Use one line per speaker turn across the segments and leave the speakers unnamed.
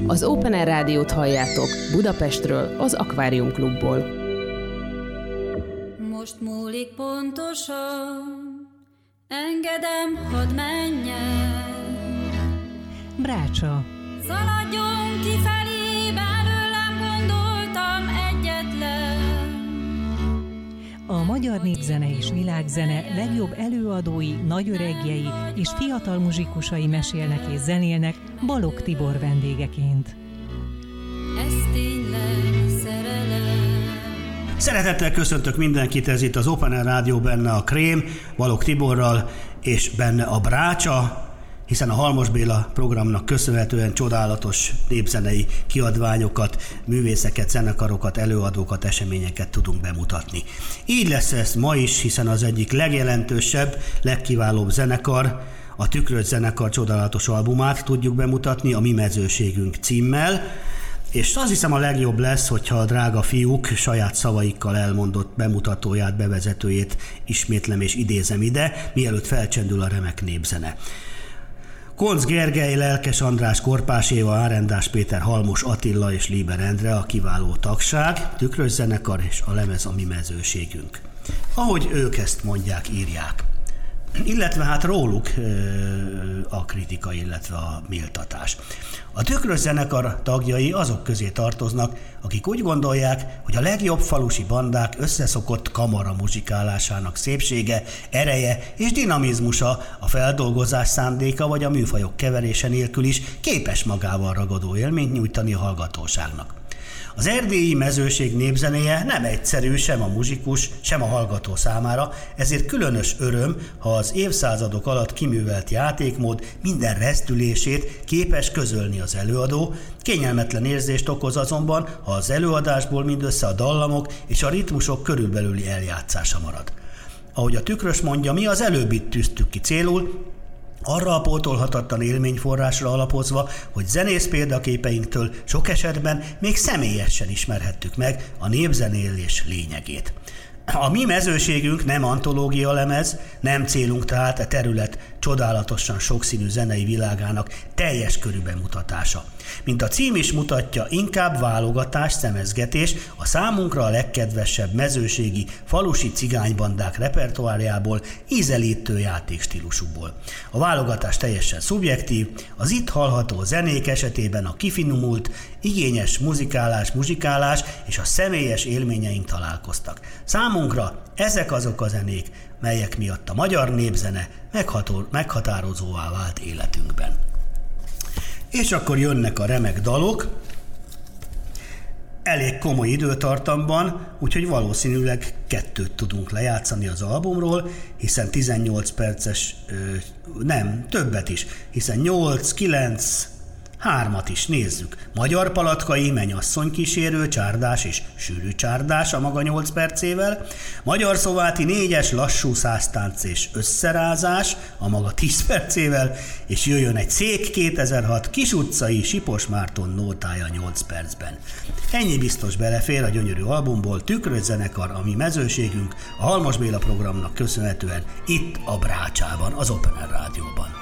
Az Open Air Rádiót halljátok Budapestről, az Akvárium Klubból.
Most múlik pontosan, engedem, hadd menjen.
Brácsa.
Szaladjon kifelé, belőlem gondoltam egyetlen.
A magyar népzene és világzene legjobb előadói, nagyöregjei és fiatal muzsikusai mesélnek és zenélnek Balogh Tibor vendégeként.
Ez tényleg szerelem.
Szeretettel köszöntök mindenkit, ez itt az Open Air Rádió, benne a Krém, Balogh Tiborral, és benne a Brácsa, hiszen a Halmos Béla programnak köszönhetően csodálatos népzenei kiadványokat, művészeket, zenekarokat, előadókat, eseményeket tudunk bemutatni. Így lesz ez ma is, hiszen az egyik legjelentősebb, legkiválóbb zenekar, a Tükrös zenekar csodálatos albumát tudjuk bemutatni, a Mi mezőségünk címmel, és azt hiszem a legjobb lesz, hogyha a drága fiúk saját szavaikkal elmondott bemutatóját, bevezetőjét ismétlem és idézem ide, mielőtt felcsendül a remek népzene. Koncz Gergely, Lelkes András, Korpás Éva, Árendás Péter, Halmos Attila és Líber Endre a kiváló tagság, Tükrös zenekar, és a lemez a Mi mezőségünk. Ahogy ők ezt mondják, írják. Illetve hát róluk a kritika, illetve a méltatás. A Tükrös zenekar tagjai azok közé tartoznak, akik úgy gondolják, hogy a legjobb falusi bandák összeszokott kamara muzsikálásának szépsége, ereje és dinamizmusa, a feldolgozás szándéka vagy a műfajok keverése nélkül is képes magával ragadó élményt nyújtani a hallgatóságnak. Az erdélyi mezőség népzenéje nem egyszerű sem a muzsikus, sem a hallgató számára, ezért különös öröm, ha az évszázadok alatt kiművelt játékmód minden rezdülését képes közölni az előadó, kényelmetlen érzést okoz azonban, ha az előadásból mindössze a dallamok és a ritmusok körülbelüli eljátszása marad. Ahogy a Tükrös mondja, mi az előbbit tűztük ki célul, arra a pótolhatatlan élményforrásra alapozva, hogy zenész példaképeinktől sok esetben még személyesen ismerhettük meg a népzenélés lényegét. A Mi mezőségünk nem antológia lemez, nem célunk tehát a terület csodálatosan sokszínű zenei világának teljes körű bemutatása. Mint a cím is mutatja, inkább válogatás, szemezgetés a számunkra a legkedvesebb mezőségi, falusi cigánybandák repertoárjából, ízelítő játékstílusukból. A válogatás teljesen szubjektív, az itt hallható zenék esetében a kifinomult, igényes muzsikálás és a személyes élményeink találkoztak. Számunkra ezek azok a zenék, melyek miatt a magyar népzene meghatározóvá vált életünkben. És akkor jönnek a remek dalok, elég komoly időtartamban, úgyhogy valószínűleg 2 tudunk lejátszani az albumról, hiszen 18 perces, nem, többet is, hiszen 8, 9, 3 is nézzük. Magyar Palatkai, Mennyasszony kísérő, Csárdás és Sűrű csárdás a maga 8 percével, Magyar Szováti 4-es, Lassú száztánc és Összerázás a maga 10 percével, és jöjjön egy Szék 2006 Kis utcai Sipos Márton nótája 8 percben. Ennyi biztos belefér a gyönyörű albumból, Tükrös zenekar, a Mi mezőségünk, a Halmos Béla programnak köszönhetően itt a Brácsában, az Open Air Rádióban.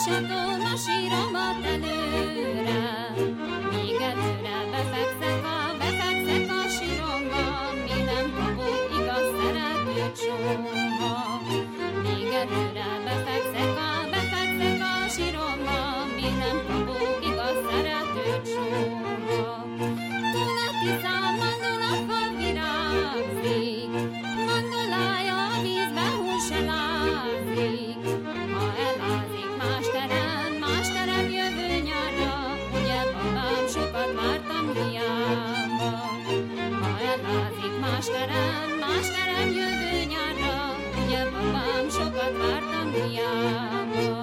Lasítom a síromat előre, míg előre befekszek a síromba, mi nem kapok igaz szeretőt soha. Míg előre befekszek a síromba, mi nem kapok igaz szeretőt soha. Tunati szám mandulakkal virágzik, mandulája a vízbe hús se lázik. Ha elázik más terem jövő nyárra, ugye babám, sokat vártam hiába. Ha elázik más terem jövő nyárra, ugye babám, sokat vártam hiába.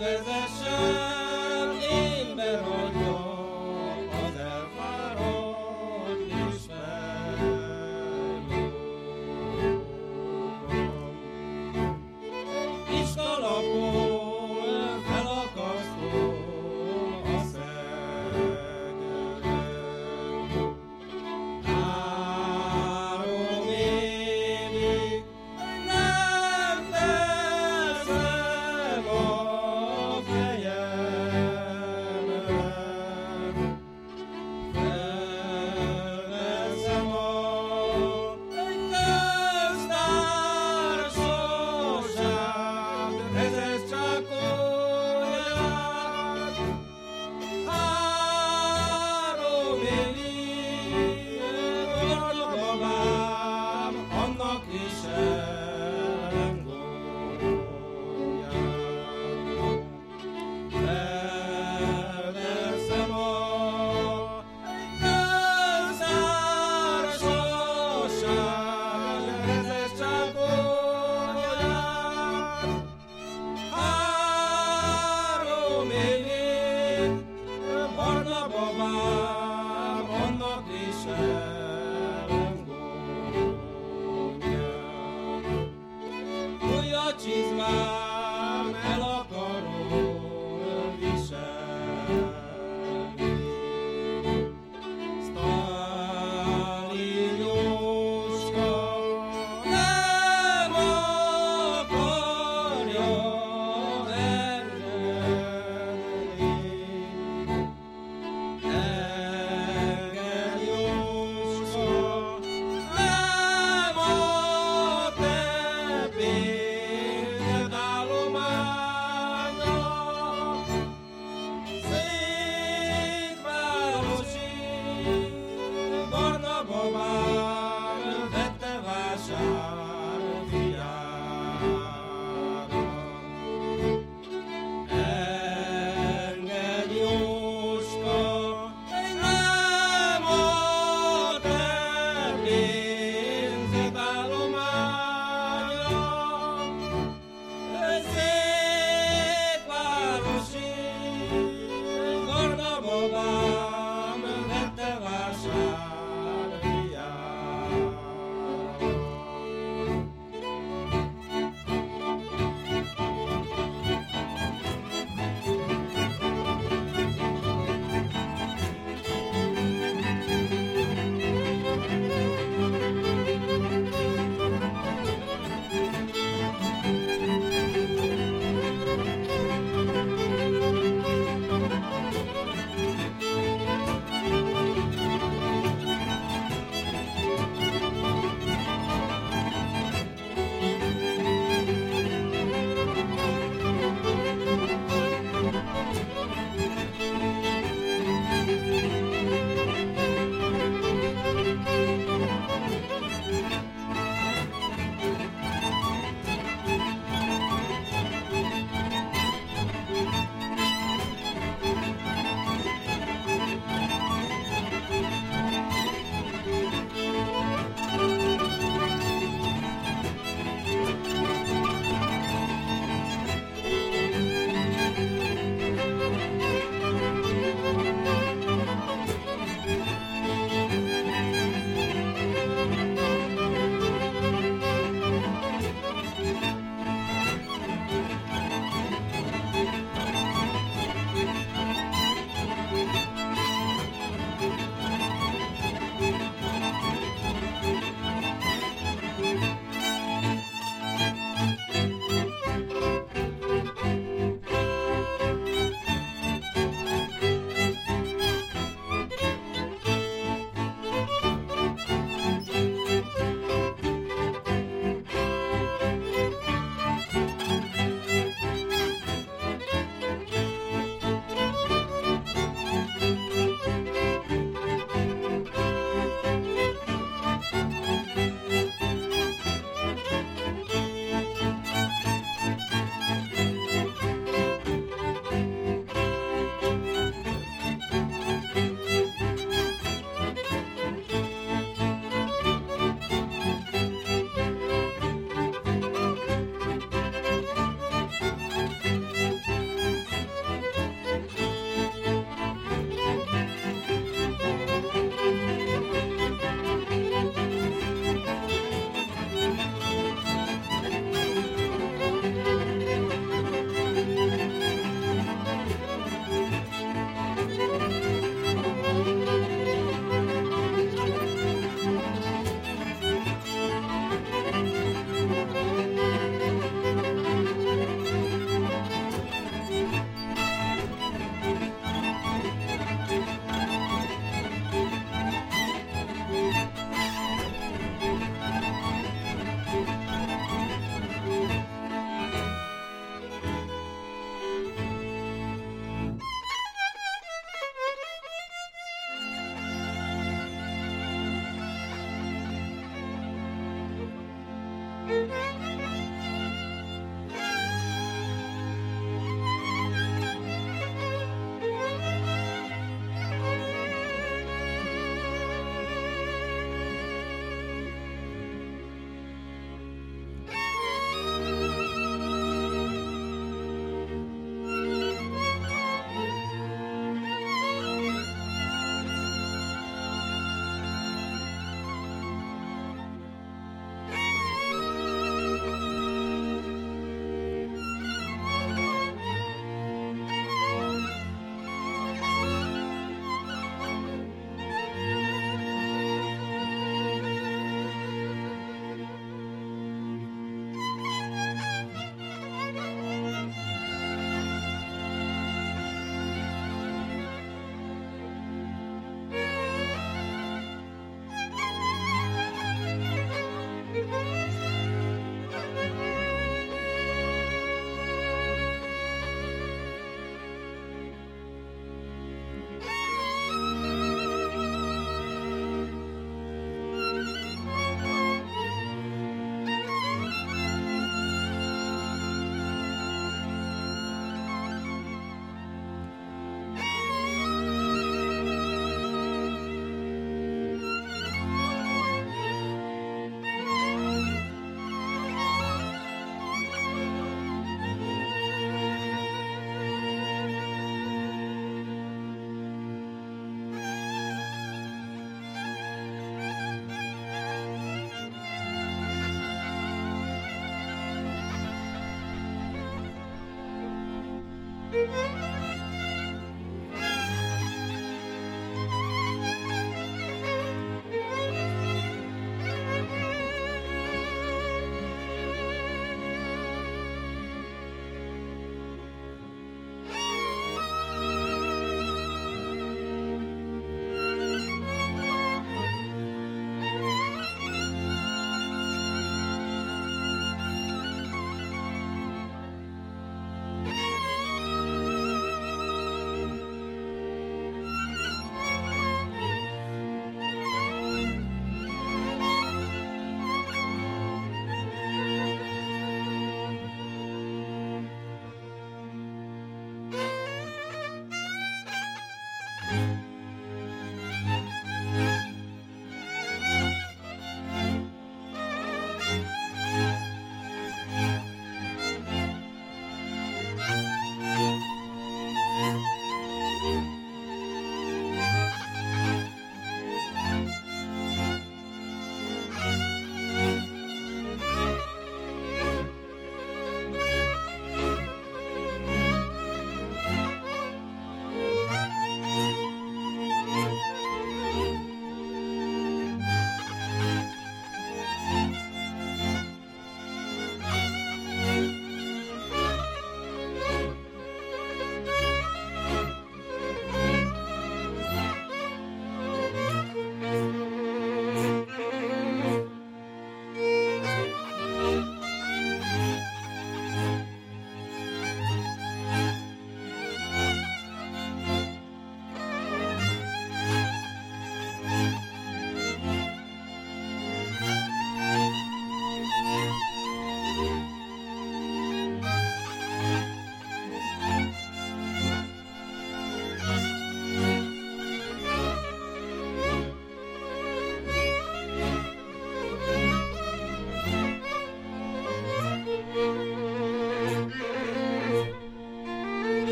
vezessem, én behagyom az elfáradt és felnyúlom. Kis kalapon felakasztom a szegeret. 3 évig nem teszem a fejem.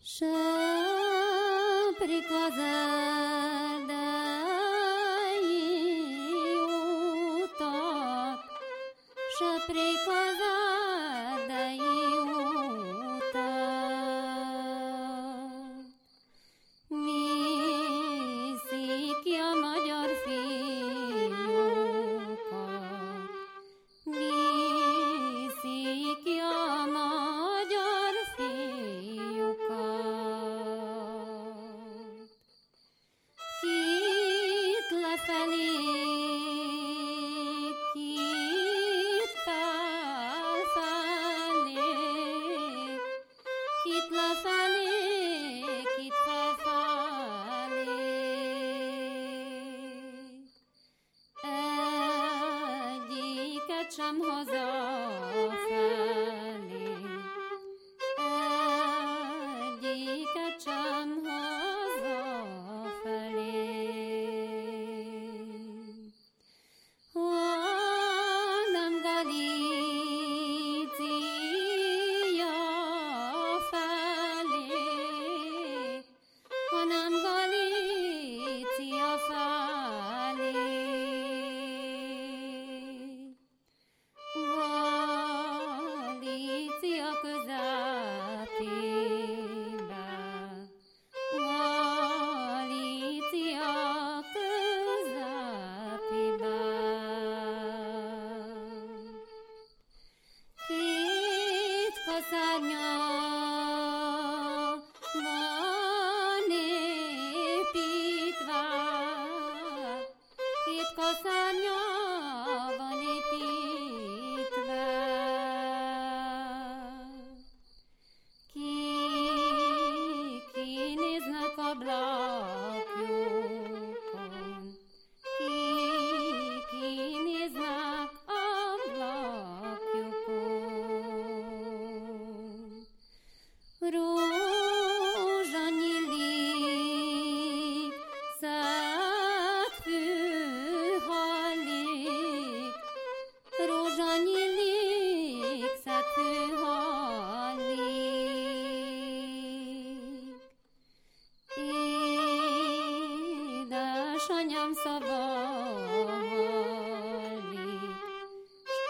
Söprik az erdei utat, söprik az erdei utat. Viszik ki a magyar fiúkat, viszik ki a magyar fiúkat. Kit lefelé, kit felfelé, kit lefelé, kit felfelé. Egyiket sem hazafelé, egyiket sem hazafelé. Hanem Galícia felé, hanem Galícia felé. Galícia közepébe, Galícia közepébe. Két kaszárnya van építve, két kaszárnya van építve. Kinéznek ablakjukon, kinéznek ablakjukon. Rózsa nyílik, szegfű hallik, rózsa nyílik, szegfű hallik. Édesanyám szava hallik, s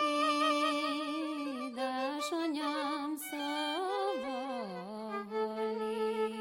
édesanyám szava hallik.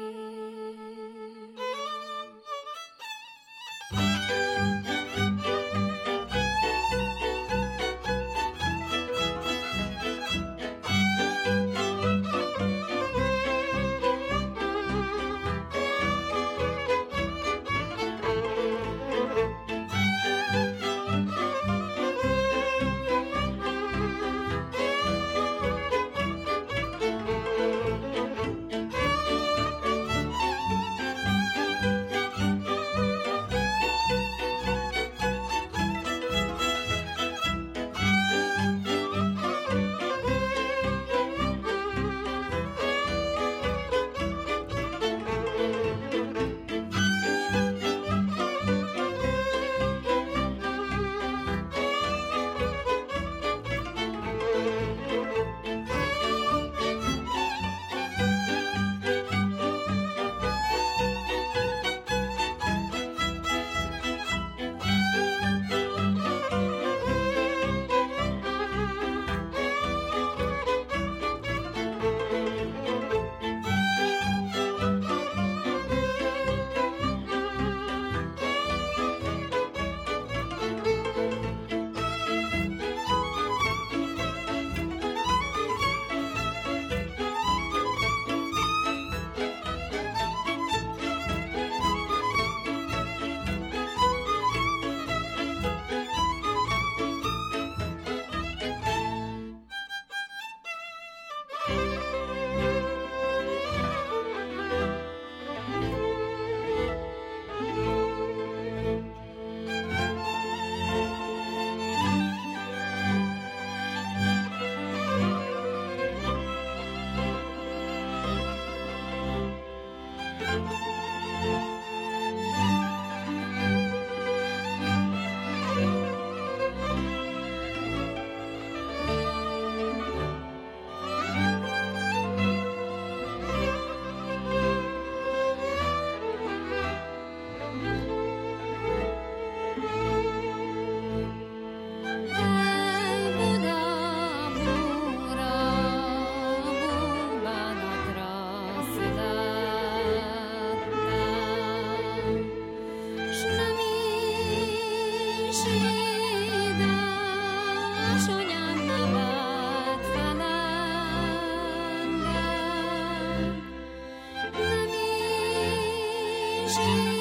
is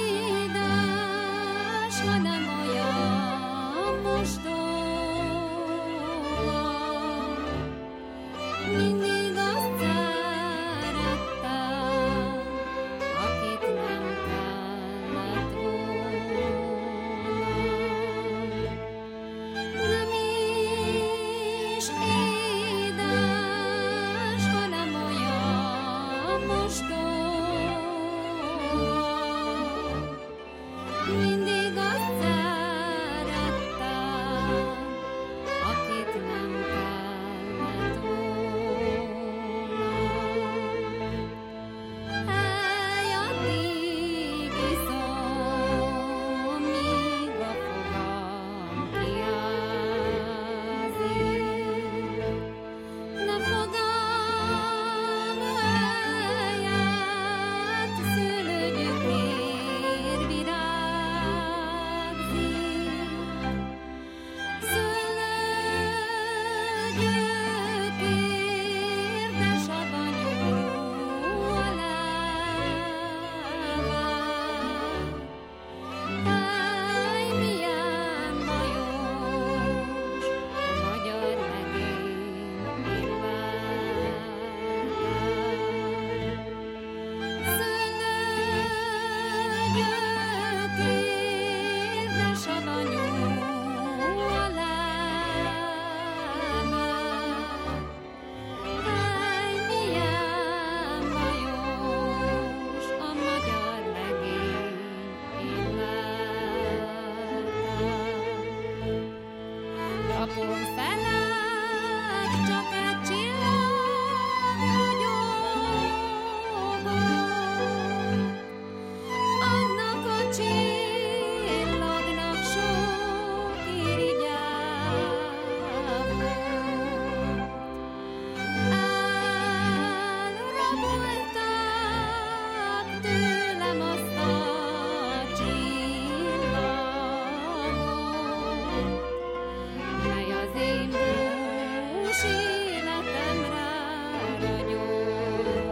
édes, hanem olyan mostoha. Mindig azt szerettem, akit nem kellett volna. Nem is édes, hanem olyan mostoha. Mindig azt szerettem, akit nem kellett volna. Hely, addig iszom, míg a fogam kiázik. Ne fogam helyett szőlőgyökér virágzik. Szőlőgyökér, de savanyú a lábán. Háj, milyen bajos, magyar legény Szőlőgyökér, de savanyú a lábán. Háj, milyen bajos a magyar legény Kapom felett csak egy csillag ragyogott, annak a csillagnak sok irigyája volt. Elrabolták tőlem azt a csillagot, mely az én bús életemre ragyogott.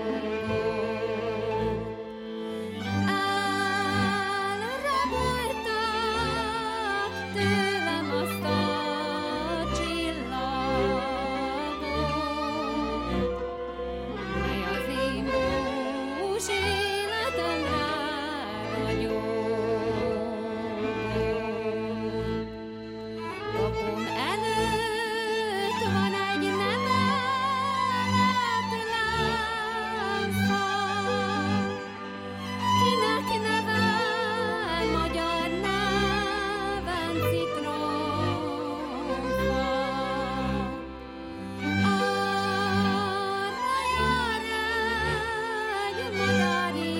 Elrabolták tőlem azt a csillagot, mely az én bús életemre ragyogott. Kapom előtt van egy neveletlen fal, kinek nevel magyar neven citromfa. Arra jár egy madár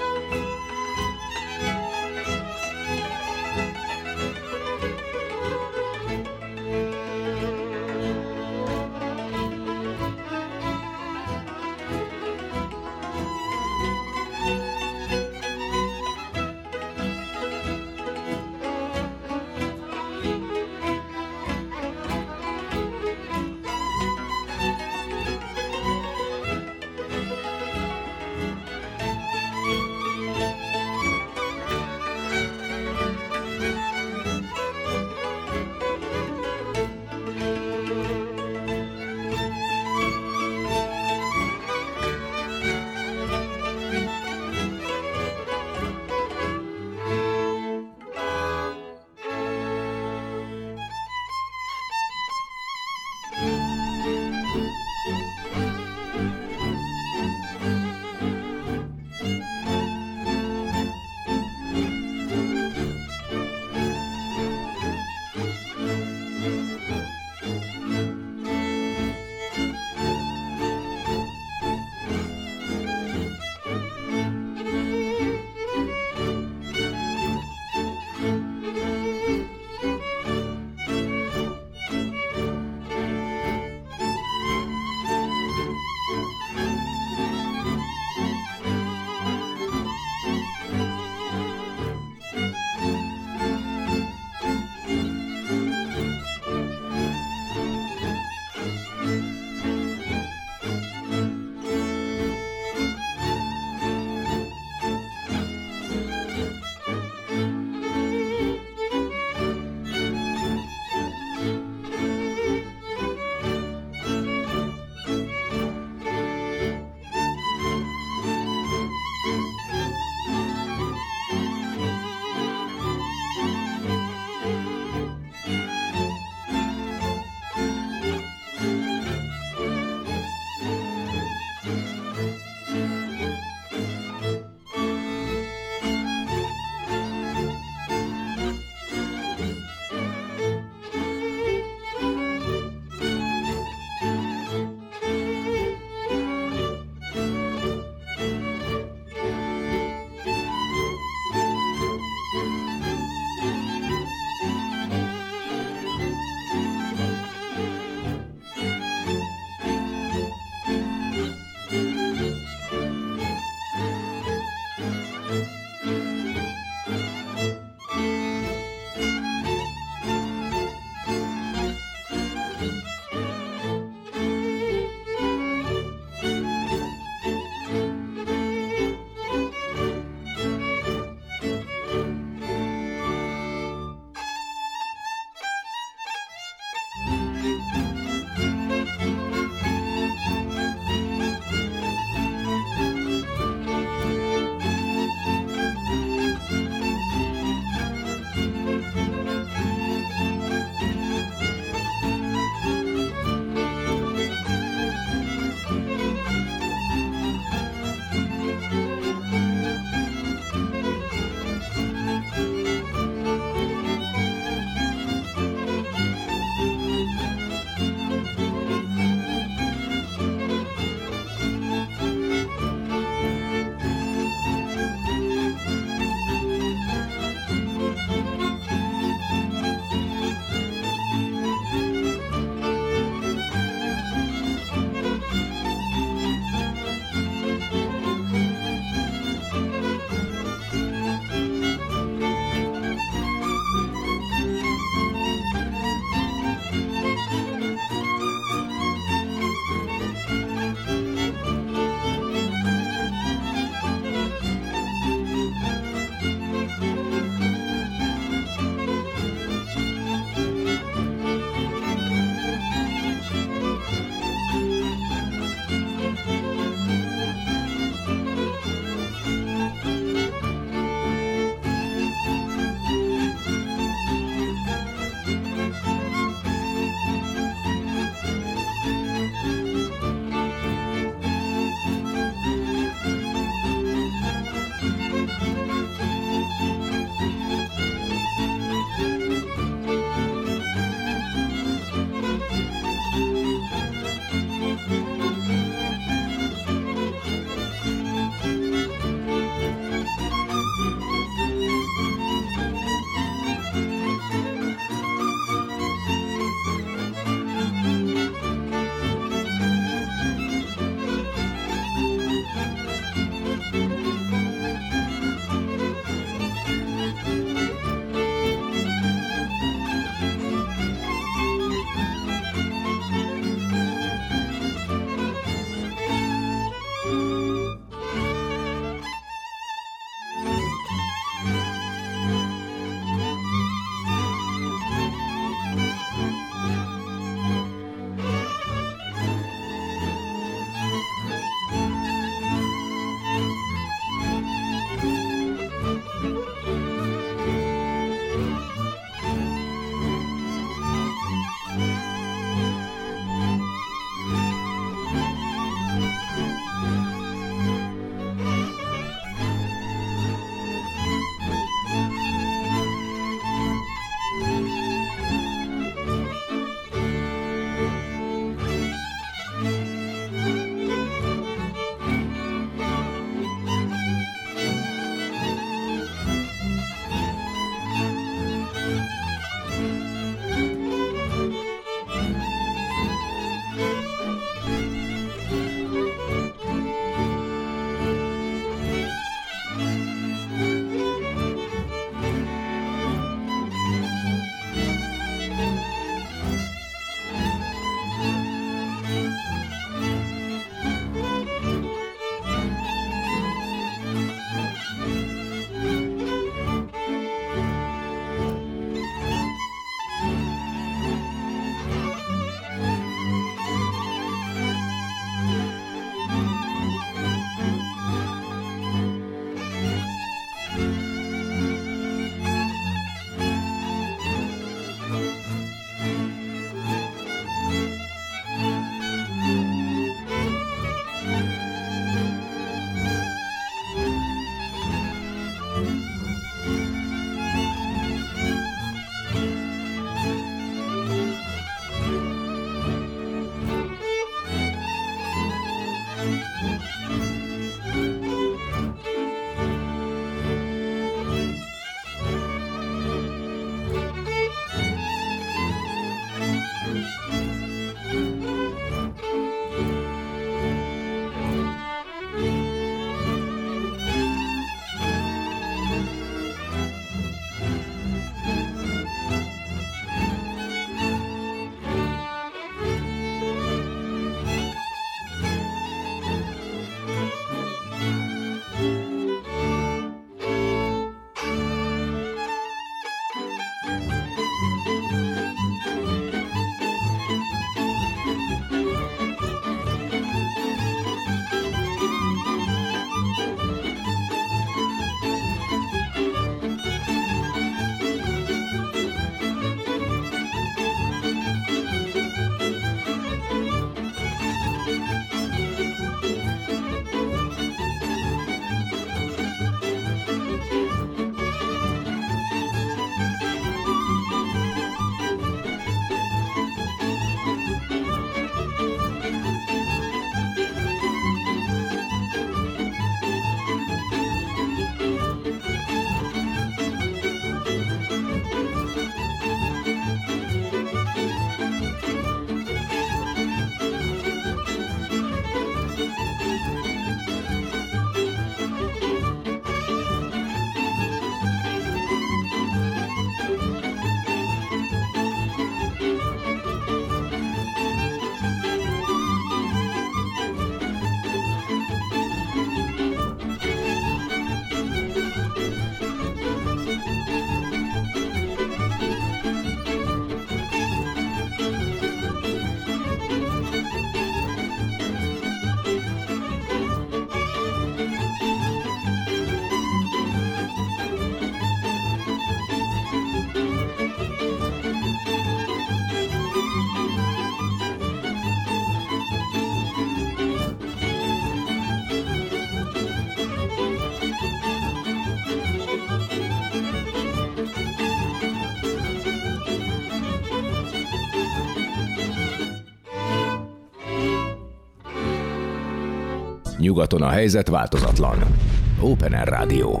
Nyugaton a helyzet változatlan. Open Air Rádió.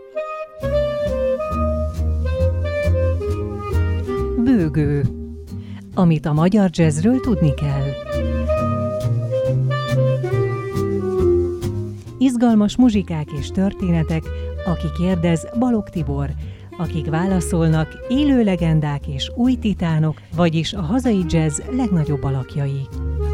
Bőgő. Amit a magyar jazzről tudni kell. Izgalmas muzsikák és történetek, aki kérdez Balogh Tibor, akik válaszolnak élő legendák és új titánok, vagyis a hazai jazz legnagyobb alakjai.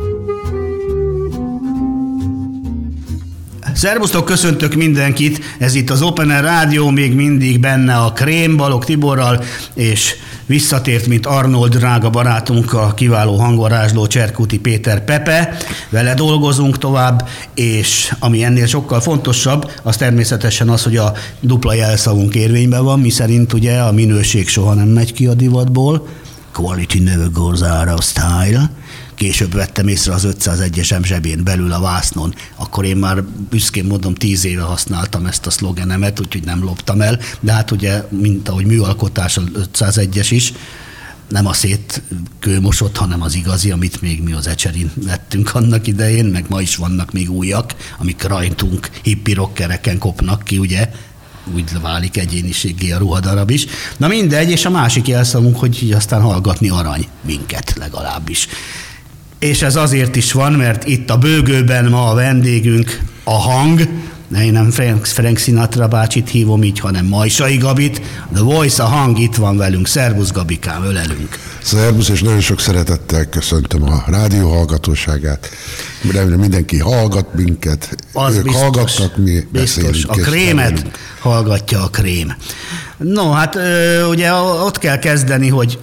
Szervusztok, köszöntök mindenkit, ez itt az Open Air Rádió, még mindig benne a Krém, Balogh Tiborral, és visszatért, mint Arnold, drága barátunk, a kiváló hangvarázsló Cserkuti Péter Pepe. Vele dolgozunk tovább, és ami ennél sokkal fontosabb, az természetesen az, hogy a dupla jelszavunk érvényben van, miszerint ugye a minőség soha nem megy ki a divatból. Quality never goes out of style. Később vettem észre az 501-esem zsebén belül a vásznon, akkor én már büszkén mondom 10 éve használtam ezt a szlogenemet, úgyhogy nem loptam el, de hát ugye, mint ahogy műalkotás az 501-es is, nem a szétkőmosott, hanem az igazi, amit még mi az Ecserin vettünk annak idején, meg ma is vannak még újak, amik rajtunk hippi rockereken kopnak ki, ugye, úgy válik egyéniséggé a ruhadarab is. Na mindegy, és a másik jelszavunk, hogy így aztán hallgatni arany minket legalábbis. És ez azért is van, mert itt a bőgőben ma a vendégünk a hang, én nem Frank Sinatra bácsit hívom így, hanem Majsai Gabit. The Voice, a hang itt van velünk. Szervusz, Gabikám, ölelünk.
Szervusz, és nagyon sok szeretettel köszöntöm a rádió hallgatóságát. Remélem mindenki hallgat minket.
Az
ők
biztos,
hallgatnak, mi beszélünk.
A krémet hallgatja a krém. No, hát ugye ott kell kezdeni, hogy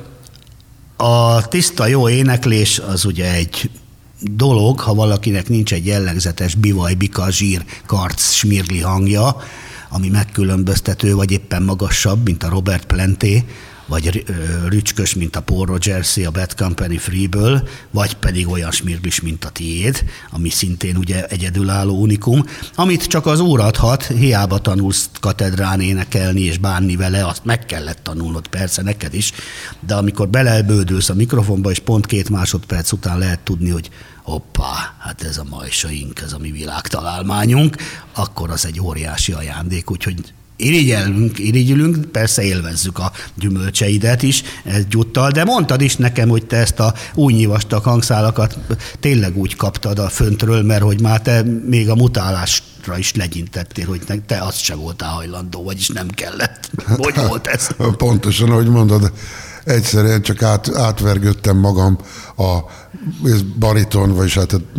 a tiszta jó éneklés az ugye egy dolog, ha valakinek nincs egy jellegzetes bivaj, bika, zsír, karc, smirli hangja, ami megkülönböztető, vagy éppen magasabb, mint a Robert Planté, vagy rücskös, mint a Paul Rogers a Bad Company Free-ből, vagy pedig olyan smirglis, mint a tiéd, ami szintén ugye egyedülálló unikum, amit csak az úr adhat, hiába tanulsz katedrán énekelni és bánni vele, azt meg kellett tanulnod, persze neked is, de amikor belebődülsz a mikrofonba, és pont 2 másodperc után lehet tudni, hogy hoppá, hát ez a Majsaink, ez a mi világtalálmányunk, akkor az egy óriási ajándék, úgyhogy irigyülünk, persze élvezzük a gyümölcseidet is egyúttal, de mondtad is nekem, hogy te ezt a újnyi vastag hangszálakat tényleg úgy kaptad a föntről, mert hogy már te még a mutálásra is legyintettél, hogy te azt se voltál hajlandó, vagyis nem kellett. Hogy volt ez?
Pontosan, ahogy mondod, egyszerűen csak átvergődtem magam a bariton, vagyis hát a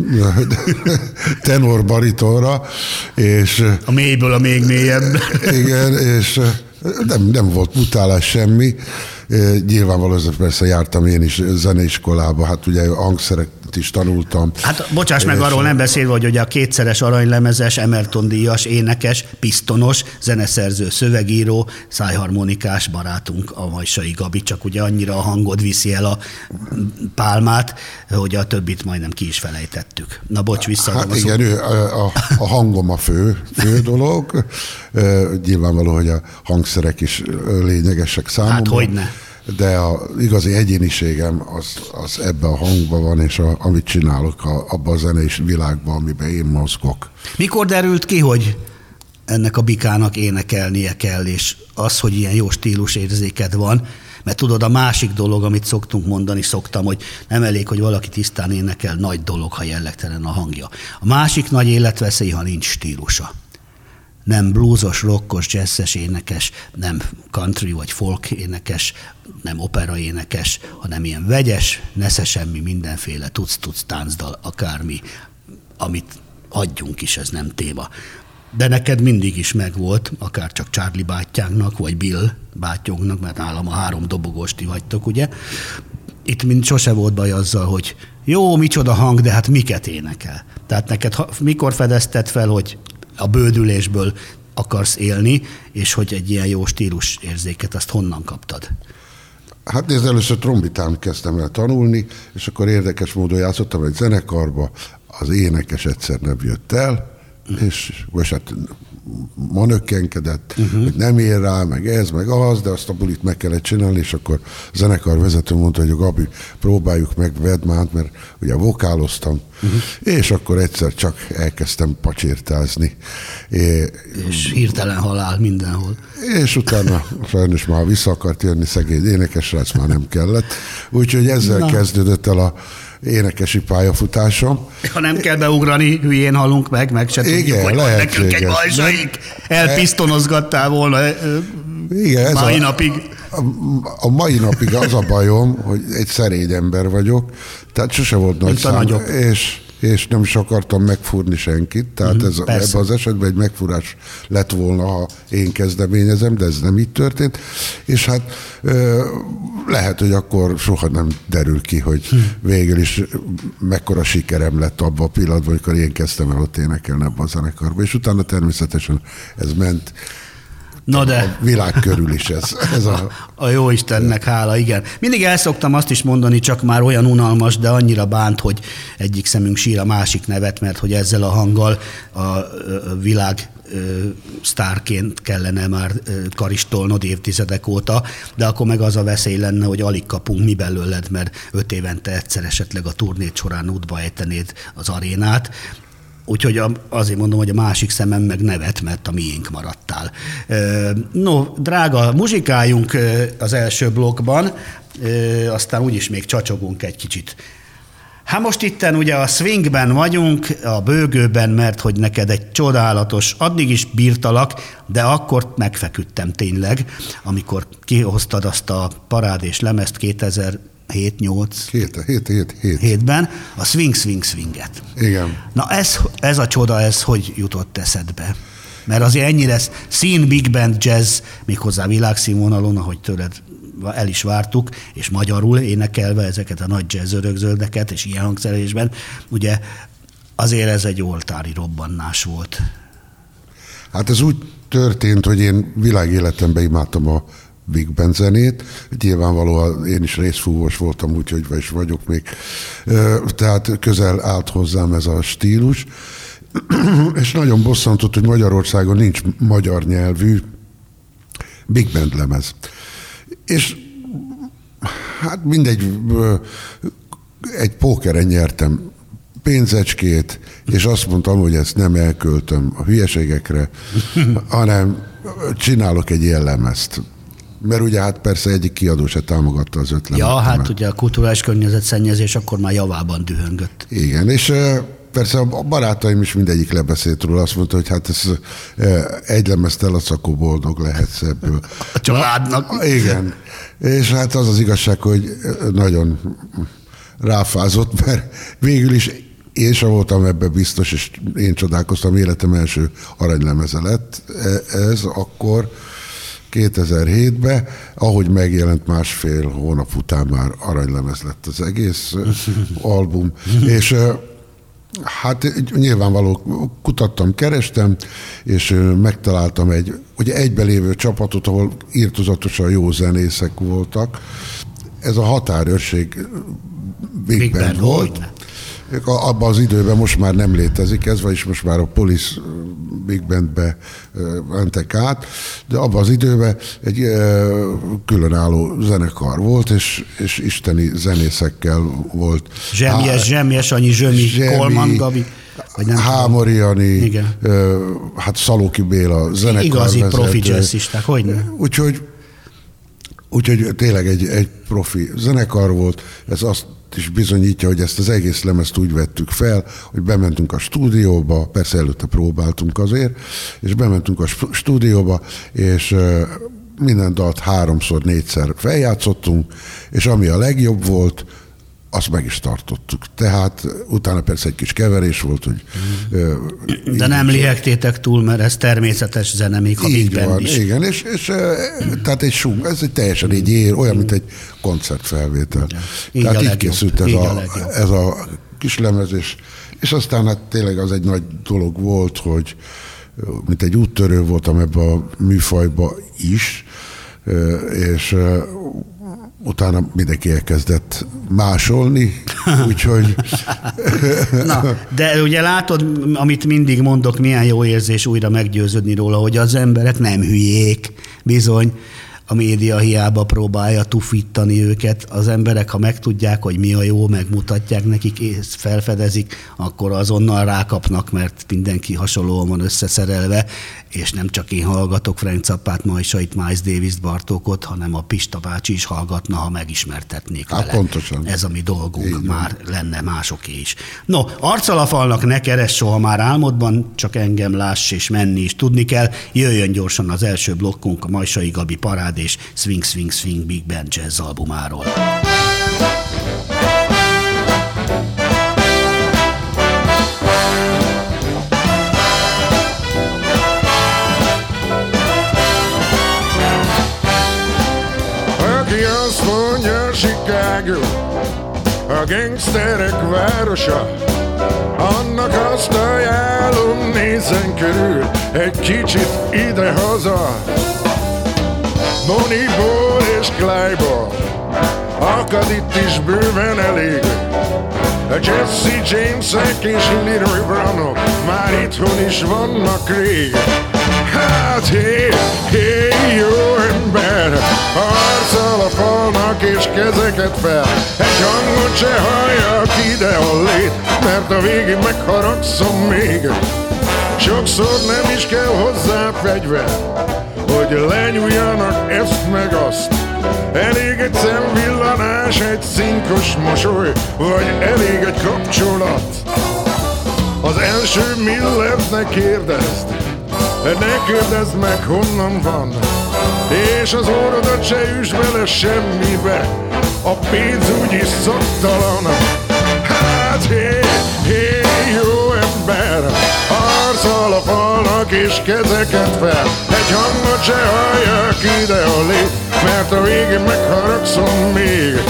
tenor baritonra, és... A
mélyből a még mélyebb.
Igen, és nem volt mutálás semmi. Nyilvánvalóan persze jártam én is zeneiskolába, hát ugye a hangszereket is tanultam.
Hát bocsáss meg, arról nem beszélve, hogy ugye a 2-szeres aranylemezes, Emerton-díjas, énekes, pisztonos, zeneszerző, szövegíró, szájharmonikás barátunk, a Majsai Gabi, csak ugye annyira a hangod viszi el a pálmát, hogy a többit majdnem ki is felejtettük. Na bocs, visszaadom.
Hát igen, a hangom a fő dolog. Nyilvánvaló, hogy a hangszerek is lényegesek számomra.
Hát hogyne.
De az igazi egyéniségem az ebben a hangban van, és amit csinálok abban a zenei világban, amiben én mozgok.
Mikor derült ki, hogy ennek a bikának énekelnie kell, és az, hogy ilyen jó stílusérzéked van, mert tudod, a másik dolog, amit szoktam, hogy nem elég, hogy valaki tisztán énekel, nagy dolog, ha jellegtelen a hangja. A másik nagy életveszély, ha nincs stílusa. Nem bluesos, rockos, jazzes énekes, nem country vagy folk énekes, nem opera énekes, hanem ilyen vegyes, nesze semmi, mindenféle tuc táncdal, akármi, amit adjunk is, ez nem téma. De neked mindig is megvolt, akár csak Charlie bátyánknak, vagy Bill bátyónknak, mert nálam a 3 dobogós ti vagytok, ugye? Itt mind sose volt baj azzal, hogy jó, micsoda hang, de hát miket énekel. Tehát neked mikor fedezted fel, hogy a bődülésből akarsz élni, és hogy egy ilyen jó stílus érzéket, azt honnan kaptad?
Hát nézd, először trombitán kezdtem el tanulni, és akkor érdekes módon játszottam egy zenekarba, az énekes egyszer nem jött el, és hát manökkenkedett, hogy nem ér rá, meg ez, meg az, de azt a bulit meg kellett csinálni, és akkor a zenekar vezető mondta, hogy a Gabi, próbáljuk meg, vedd már, mert ugye vokáloztam, és akkor egyszer csak elkezdtem pacsirtázni.
És hirtelen halál mindenhol.
És utána sajnos már vissza akart jönni szegény énekesrác, már nem kellett. Úgyhogy ezzel kezdődött el a énekesi pályafutásom.
Ha nem kell beugrani, hülyén halunk meg se tudjuk, hogy van nekünk egy balsaink. Elpisztonozgattál volna
igen,
mai napig.
A mai napig az a bajom, hogy egy szerény ember vagyok, tehát sose volt nagy szám, és nem is akartam megfúrni senkit, tehát ebben az esetben egy megfúrás lett volna, ha én kezdeményezem, de ez nem így történt, és hát lehet, hogy akkor soha nem derül ki, hogy végül is mekkora sikerem lett abban a pillanatban, amikor én kezdtem el ott énekelni ebben a zenekarban, és utána természetesen ez ment.
Na de.
A világ körül is ez
a jó Istennek hála, igen. Mindig el szoktam azt is mondani, csak már olyan unalmas, de annyira bánt, hogy egyik szemünk sír a másik nevet, mert hogy ezzel a hanggal a világ sztárként kellene már karistolnod évtizedek óta, de akkor meg az a veszély lenne, hogy alig kapunk mi belőled, mert 5 évente egyszer esetleg a turnét során útba ejtenéd az arénát. Úgyhogy azért mondom, hogy a másik szemem meg nevet, mert a miénk maradtál. No, drága, muzsikáljunk az első blokkban, aztán úgyis még csacsogunk egy kicsit. Hát most itten ugye a swingben vagyunk, a bőgőben, mert hogy neked egy csodálatos, addig is bírtalak, de akkor megfeküdtem tényleg, amikor kihoztad azt a parádés lemezt 2007-8-ben, a Swinget.
Igen.
Na ez a csoda, ez hogy jutott eszedbe? Mert azért ennyire szín, big band, jazz, méghozzá világszínvonalon, ahogy tőled el is vártuk, és magyarul énekelve ezeket a nagy jazz örökzöldeket, és ilyen hangszerelésben, ugye azért ez egy oltári robbannás volt.
Hát ez úgy történt, hogy én világéletemben imádtam a big band zenét. Nyilvánvalóan én is részfúvós voltam, úgyhogy is vagyok még. Tehát közel állt hozzám ez a stílus. És nagyon bosszantott, hogy Magyarországon nincs magyar nyelvű big band lemez. És hát mindegy, egy pókeren nyertem pénzecskét, és azt mondtam, hogy ezt nem elköltöm a hülyeségekre, hanem csinálok egy ilyen lemezt. Mert ugye hát persze egyik kiadó se támogatta az ötletet.
Ja, hát ugye a kulturális környezetszennyezés akkor már javában dühöngött.
Igen, és persze a barátaim is mindegyik lebeszélt róla, azt mondta, hogy hát ez egy lemezt eladsz, akkor boldog lehetsz ebből.
A családnak.
Igen, és hát az az igazság, hogy nagyon ráfázott, mert végül is én sem voltam ebben biztos, és én csodálkoztam, életem első aranylemeze lett ez akkor, 2007-ben, ahogy megjelent 1,5 hónap után már aranylemez lett az egész album, és hát nyilvánvaló kutattam, kerestem, és megtaláltam egy ugye egybelévő csapatot, ahol írtozatosan jó zenészek voltak. Ez a Határőrség Big Band volt. Abban az időben most már nem létezik ez, vagyis most már a Police Big Bandbe mentek át, de abban az időben egy különálló zenekar volt, és isteni zenészekkel volt.
Zsemjes, Anyi, Zsömi, Kolman Gabi.
Hámori Jani, hát Szalóki Béla zenekar.
Igazi profi jazzisták, hogyne?
Úgyhogy tényleg egy profi zenekar volt, ez azt is bizonyítja, hogy ezt az egész lemezt úgy vettük fel, hogy bementünk a stúdióba, persze előtte próbáltunk azért, és bementünk a stúdióba, és minden dalt 3-4-szer feljátszottunk, és ami a legjobb volt, azt meg is tartottuk. Tehát utána persze egy kis keverés volt, hogy...
De nem lihegtétek túl, mert ez természetes zene, még ha Big Band is.
Igen, és tehát egy ez egy teljesen így ér, olyan, mint egy koncertfelvétel. Tehát így készült ez a kis lemez, és aztán hát tényleg az egy nagy dolog volt, hogy mint egy úttörő voltam ebbe a műfajba is, és utána mindenki elkezdett másolni, úgyhogy...
Na, de ugye látod, amit mindig mondok, milyen jó érzés újra meggyőződni róla, hogy az emberek nem hülyék, bizony. A média hiába próbálja tufítani őket. Az emberek, ha megtudják, hogy mi a jó, megmutatják nekik, és felfedezik, akkor azonnal rákapnak, mert mindenki hasonlóan van összeszerelve, és nem csak én hallgatok Frank Zappát, Majsait, Miles Davis-t, Bartókot, hanem a Pista bácsi is hallgatna, ha megismertetnék vele.
Pontosan.
Ez a mi dolgunk, már lenne másoké is. No, arccal a falnak ne keress soha már álmodban, csak engem láss és menni is tudni kell. Jöjjön gyorsan az első blokkunk, a Majsai Gabi parád és Swing, Swing, Swing Big Band Jazz albumáról.
Aki azt mondja, Chicago a gangsterek városa, annak azt ajánlom, nézzen körül egy kicsit ide-haza. Bonnieból és Clydeból akad itt is bőven elég. A Jesse Jamesek és Little Brownok már itthon is vannak rég. Hát hé, hé, jó ember, arccal a falnak és kezeket fel. Egy hangot se halljak ide a lét, mert a végén megharagszom még. Sokszor nem is kell hozzá fegyver, hogy lenyúljanak ezt meg azt. Elég egy szemvillanás, egy szinkos mosoly, vagy elég egy kapcsolat. Az első Millert ne kérdezd, ne kérdezd meg honnan van, és az orrodat se üsd bele semmibe, a pénz úgyis szoktalan. Hát hé, hé, jó ember, arccal a falnak és kezeket fel. Egy hangot se halljak ide a lét, mert a végén megharagszom még.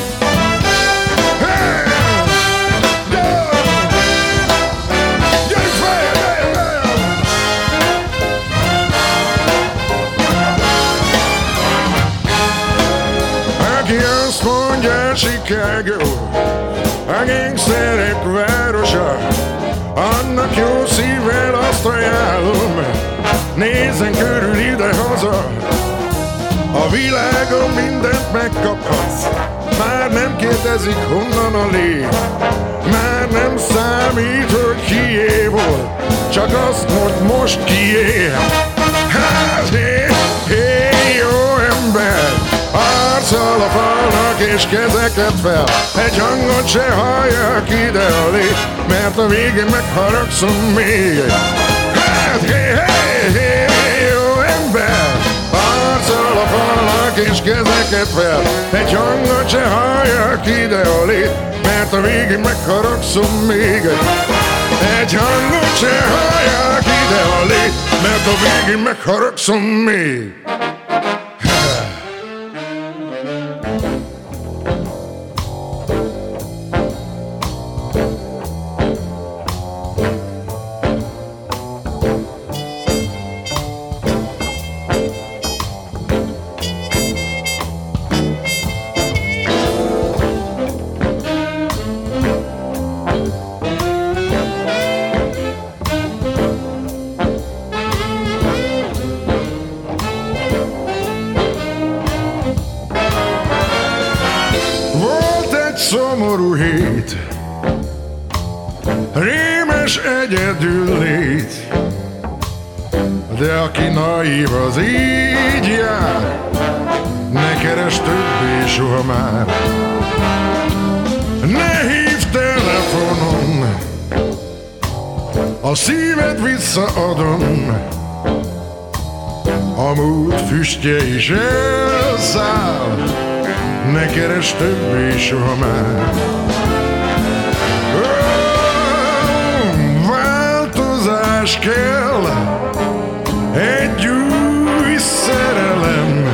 Aki azt mondja, Chicago a gangsterek városa, annak jó szívvel azt ajánlom, nézzen körül ide-haza. A világon mindent megkaphatsz, már nem kérdezik honnan a lé. Már nem számít, hogy kié volt, csak azt mondd most kié. Hát hé, hé, jó ember, arccal a falnak és kezeket fel. Egy hangot se halljak ide a lé, mert a végén megharagszom még. Hát hé, hé, hé, jó ember, arccal a falnak és kezeket fel. Egy hangot se halljak ide a lé, mert a végén megharagszom még. Egy hangot se halljak ide a lé, mert a végén megharagszom még. Szomorú hét, rémes egyedül lét, de aki naív az így jár, ne keres többé soha már. Ne hívd telefonon, a szíved visszaadom, a múlt füstje is elszáll, ne keres többé soha már. Változás kell, egy új szerelem,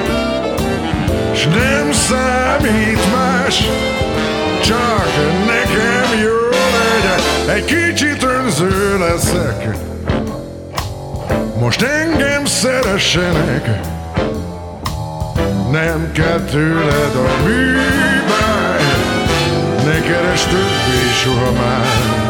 s nem számít más, csak nekem jó legyen. Egy kicsit önző leszek, most engem szeressenek, Nem kell tőled a műbáj, ne keresd többé soha már.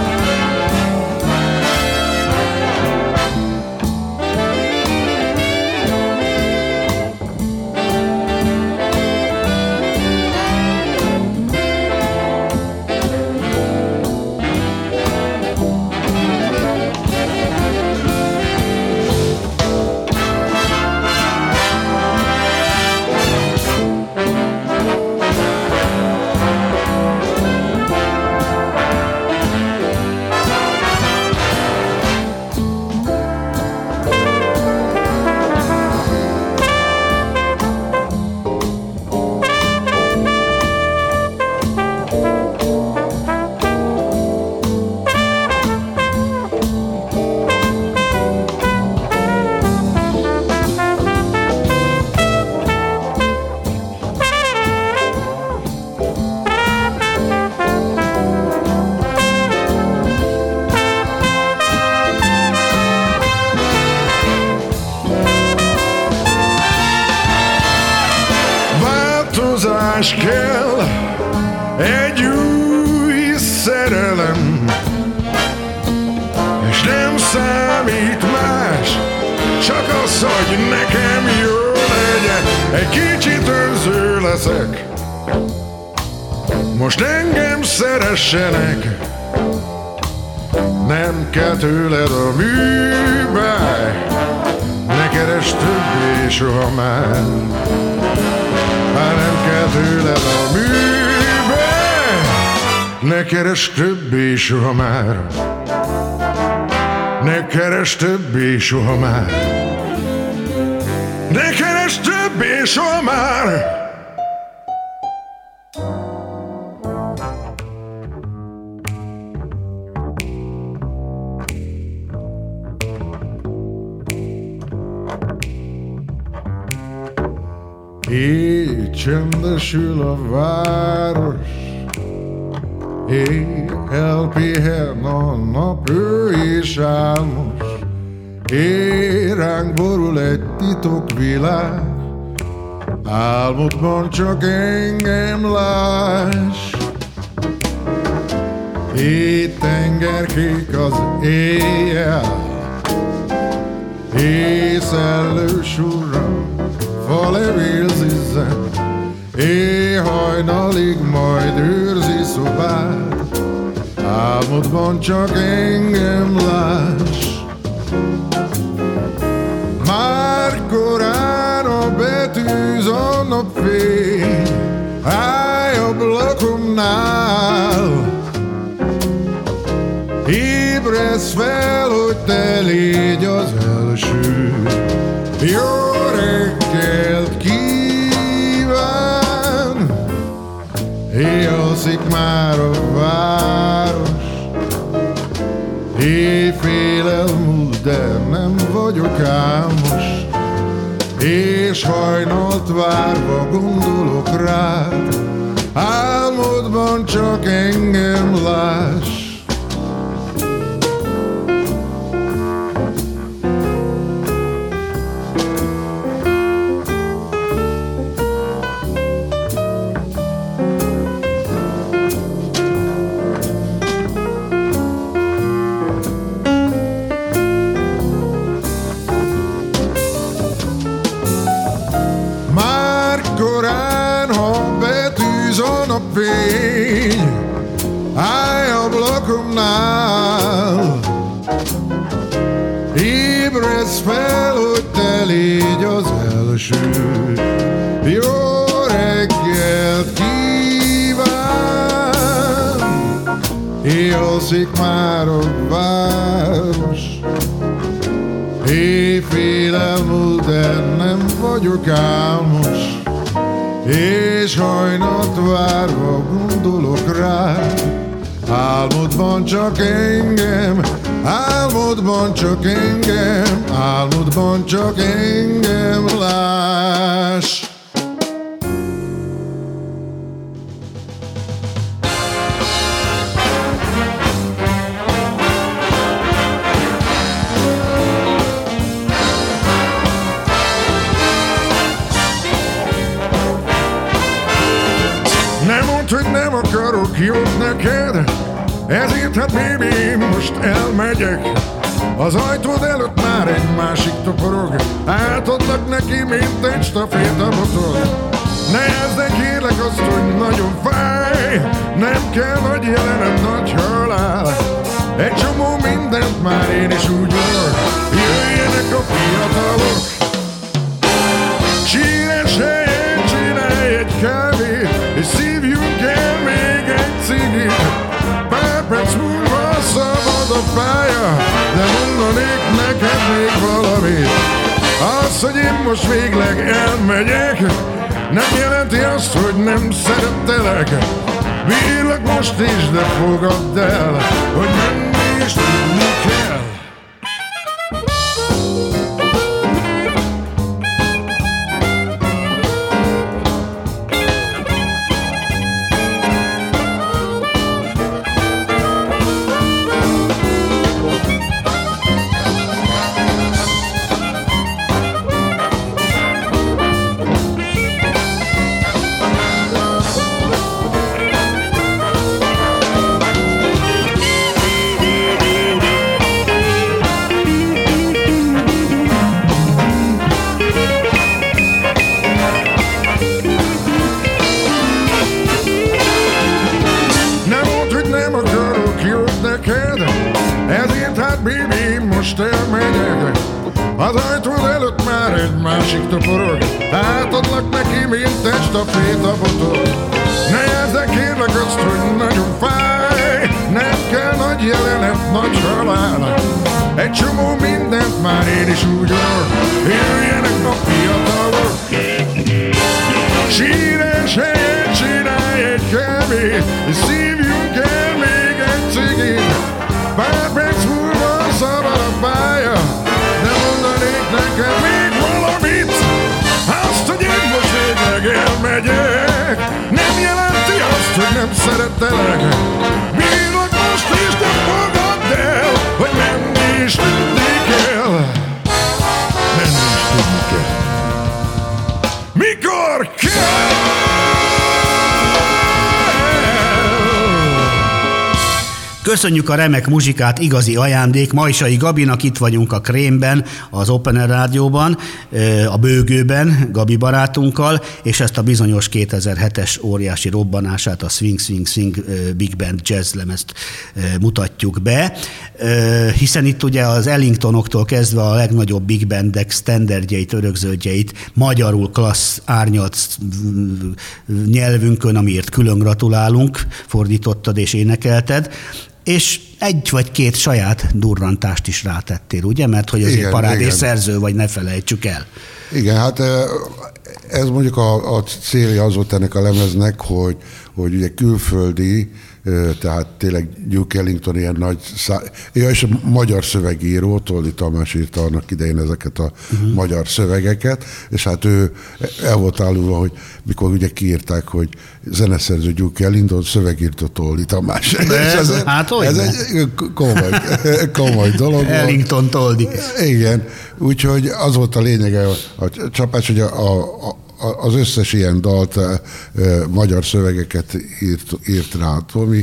Változás kell, egy új szerelem, és nem számít más, csak az, hogy nekem jó legyen. Egy kicsit önző leszek, most engem szeressenek. Nem kell tőled a műbáj, ne keresd többé soha már. Már nem kell tőled a műbáj, ne keresd többé soha már. Ne keresd többé soha már. Ne keresd többé soha már. Éj, csendesül a város, éj, elpihen a nap, ő is álmos. Éj, ránk borul egy titokvilág, álmodban csak engem láss. Éj, tengerkék az éjjel, éj, szellős urram, fa levélzizzen, éjhajnalig majd őrzi szobát, álmodban csak engem láss. Már korán a betűz a napfény, állj ablakomnál. Ébredsz fel, hogy te légy az első. Jó reggelt kíván, éjjelzik már a város. Éjfél elmúlt, de nem vagyok álmos, és hajnalt várva gondolok rád, álmodban csak engem láss. Fény, állj ablakomnál. Ébredsz fel, hogy te légy az első. Jó reggelt kíván, éjjelzik már a város. Éjfél elmúlt, de nem vagyok álmos, és hajnalt várva gondolok rád, álmodban csak engem, álmodban csak engem, álmodban csak engem láss. jót neked, ezért hát baby, én most elmegyek. Az ajtód előtt már egy másik toporog, átadlak neki, mint egy stafétabotot. Ne jelzd, kérlek azt, hogy nagyon fáj, nem kell nagy jelenet, nagy halál. Egy csomó mindent már én is úgy vagyok, jöjjenek a fiatalok. Csíres helyen csinálj egy kávét, és szívjunk el még egy cigit. Pár perc múlva szabad a pálya, de mondanék neked még valamit. Az, hogy én most végleg elmegyek, nem jelenti azt, hogy nem szerettelek. Bírlak most is, de fogadd el, hogy menni is tudni kell. Most elmegyek, az ajtód előtt már egy másik toporog, átadlak neki, mint egy stafétabotot. Ne jelzek, kérlek azt, hogy nagyon fáj, nem kell nagy jelenet, nagy halál. Egy csomó mindent már én is úgy vagyok, jöjjenek a fiatalok. Síres helyen csinálj egy kávét, és szívjunk el még egy cigit. Pár perc múlva szabad a pálya, de mondanék neked még valamit. Azt, hogy én most végleg elmegyek, nem jelenti azt, hogy nem szerettelek. Bírlak most is, de fogadd el, hogy menni is tudni kell. Menni is tudni kell. Mikor kell?
Köszönjük a remek muzsikát, igazi ajándék. Majsai Gabinak, itt vagyunk a Krémben, az Open Air Rádióban, a Bőgőben, Gabi barátunkkal, és ezt a bizonyos 2007-es óriási robbanását, a Swing Swing Swing Big Band Jazz lemezt mutatjuk be, hiszen itt ugye az Ellingtonoktól kezdve a legnagyobb big bandek standardjeit, örökződjeit magyarul klassz árnyalt nyelvünkön, amiért külön gratulálunk, fordítottad és énekelted, és egy vagy két saját durrantást is rátettél, ugye? Mert hogy azért parádés szerző vagy, ne felejtsük el.
Igen, hát ez mondjuk a célja az volt ennek a lemeznek, hogy ugye külföldi, tehát tényleg Duke Ellington ilyen nagy és a magyar szövegíró, Toldi Tamás írta annak idején ezeket a magyar szövegeket, és hát ő el volt állulva, hogy mikor ugye kiírták, hogy zeneszerző Duke Ellington, szövegírta Toldi Tamás. Ez egy komoly dolog.
Ellington Toldi.
Igen, úgyhogy az volt a lényege a csapás, hogy az összes ilyen dalt, magyar szövegeket írt rá Tomi,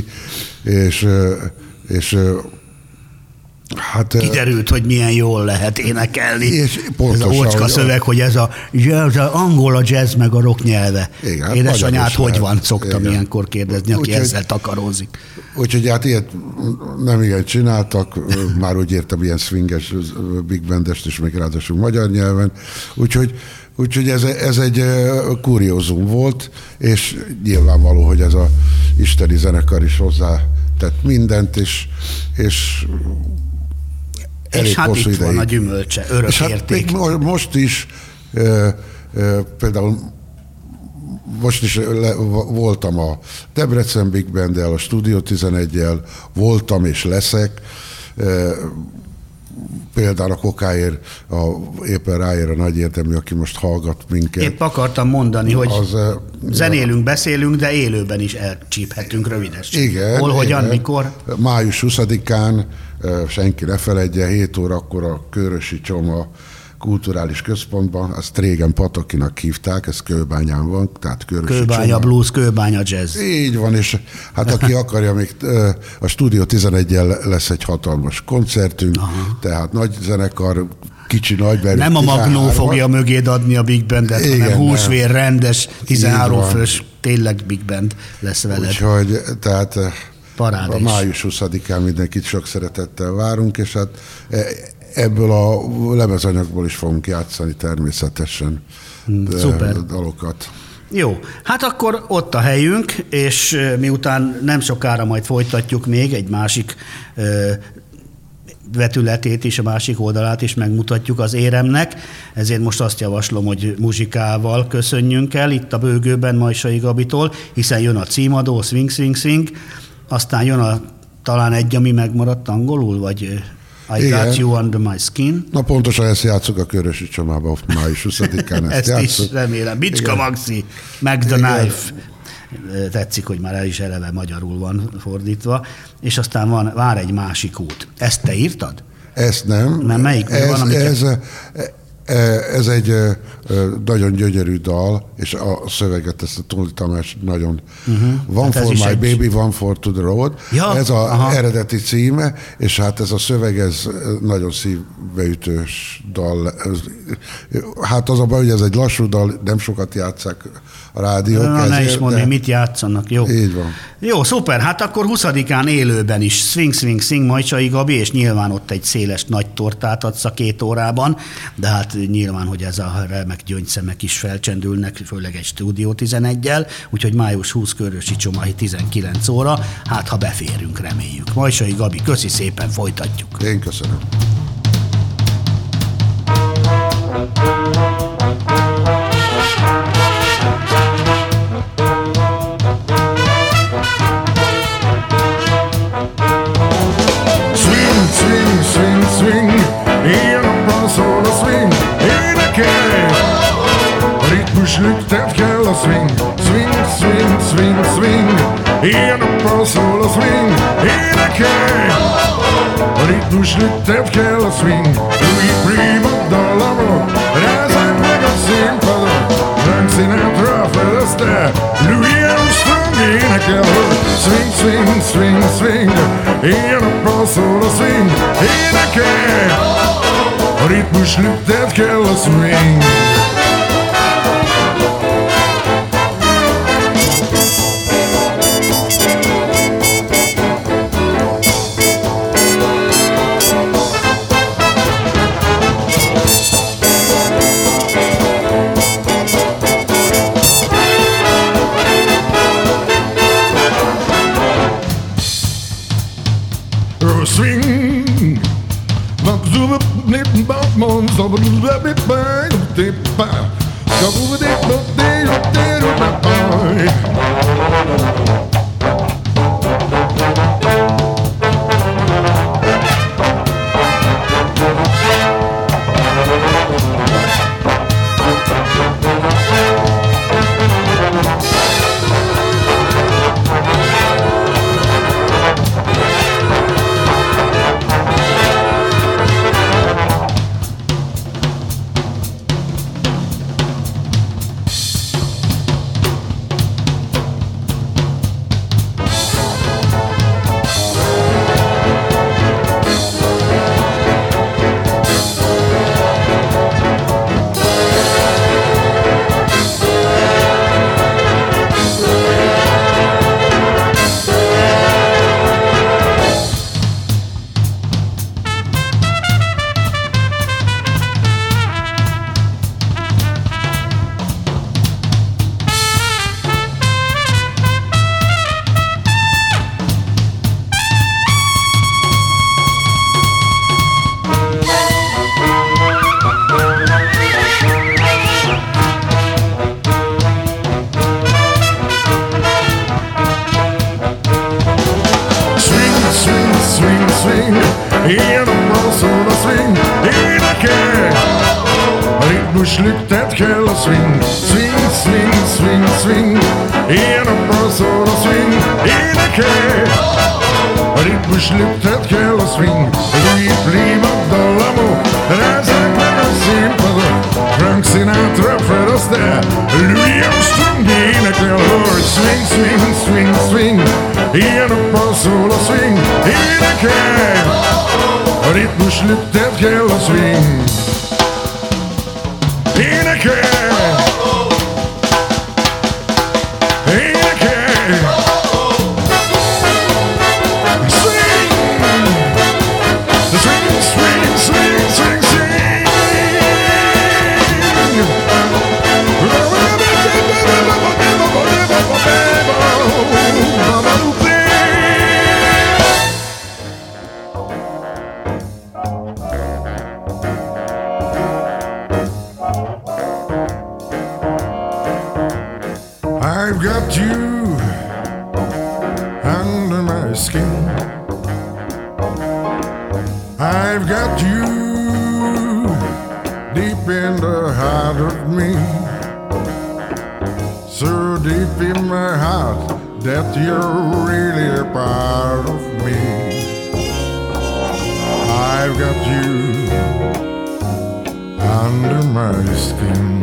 és hát...
Kiderült, hogy milyen jól lehet énekelni.
És
ez a ócska szöveg, hogy ez az angol, a jazz meg a rock nyelve.
Igen,
édesanyád hogy van, szoktam ilyenkor kérdezni, aki ezzel takarózik.
Úgyhogy hát ilyet nem ilyen csináltak, már úgy értem ilyen swinges, big bandest, és még ráadásul magyar nyelven. Úgyhogy ez egy kuriózum volt, és nyilvánvaló, hogy ez a isteni zenekar is hozzá tett mindent, és elég
hát
hosszú
itt
ideig.
Van a gyümölcse, örökérték.
Hát most is, például most is voltam a Debrecen Big Banddel, a Studio 11-jel, voltam és leszek, például a Kokáért, éppen ráér a nagy érdemű, aki most hallgat minket.
Épp akartam mondani, hogy zenélünk, beszélünk, de élőben is elcsíphetünk rövidesen.
Igen.
Hol, hogyan, mikor?
Május 20-án, senki ne feledje, 7 órakor a Körösi Csoma kulturális központban, azt régen Patakinak hívták, ez Kőbányán van, tehát
Kőbánya blues, Kőbánya jazz.
Így van, és hát aki akarja, még a Stúdió 11-jel lesz egy hatalmas koncertünk, tehát nagy zenekar, kicsi nagyberű.
Nem a Magnó fogja mögéd adni a Big Bandet, hanem húsvér, rendes, 13 fős, tényleg Big Band lesz veled.
Úgyhogy, tehát
parádés.
A május 20-án mindenkit sok szeretettel várunk, és hát ebből a lemezanyagból is fogunk játszani természetesen dalokat.
Jó, hát akkor ott a helyünk, és miután nem sokára majd folytatjuk még egy másik vetületét is, a másik oldalát is megmutatjuk az éremnek, ezért most azt javaslom, hogy muzsikával köszönjünk el itt a bőgőben Majsai Gabitól, hiszen jön a címadó, Swing, Swing, Swing, aztán jön talán egy, ami megmaradt angolul, vagy I got you under my skin.
Na pontosan ezt játszok a Körösi Csomában május 20-án.
Ezt is remélem. Bicska Maxi, Mac the Knife. Tetszik, hogy már el is eleve magyarul van fordítva. És aztán vár egy másik út. Ezt te írtad?
Ezt nem.
Nem, melyik?
Ez egy nagyon gyönyörű dal, és a szöveget ezt a Tóni Tamás nagyon... One for my baby, one for to the road. Ja, ez az eredeti címe, és hát ez a szöveg, ez nagyon szívbeütős dal. Hát az a baj, hogy ez egy lassú dal, nem sokat játsszák a rádiók.
Ne is mondni, mit játszanak. Jó.
Így van.
Jó, szuper. Hát akkor 20-án élőben is Swing, Swing, Swing Majsai Gabi, és nyilván ott egy széles nagy tortát adsz a 2 órában, de hát nyilván, hogy ez a remek gyöngyszemek is felcsendülnek, főleg egy Stúdió 11-jel, úgyhogy május 20 Körösi Csomahi 19 óra, hát ha beférünk, reméljük. Majsai Gabi, köszi szépen, folytatjuk.
Én köszönöm.
Swing, én a passzol a swing, énekelj! A ritmus lüktet kell a swing, swing, swing, swing, swing. Én a passzol a swing, énekelj! A ritmus lüktet kell a swing. Louis Prima dallamok, rázzák meg a színpadon. Frank Sinatra felezte, Louis Armstrong énekel, hogy swing, swing, swing, swing. Én a passzol a swing, énekelj! A ritmus lüktet kell a swing. Swing, ritmus lüktet kell a swing. Swing, swing, swing, swing. Ilyen a passzol a swing. Énekelj! A ritmus lüktet kell a swing. Louis Prima dallamok, rázzák meg a színpadon. Sinatra, Fred Astaire, Louis Armstrong énekel, hogy swing, swing, swing, swing, ilyen a passzol a swing, énekel, a ritmus lüktet kell a swing, énekel, énekel, swing, swing, swing, swing, swing, swing. I've got you under my skin. I've got you deep in the heart of me. So deep in my heart that you're really a part of me. I've got you under my skin.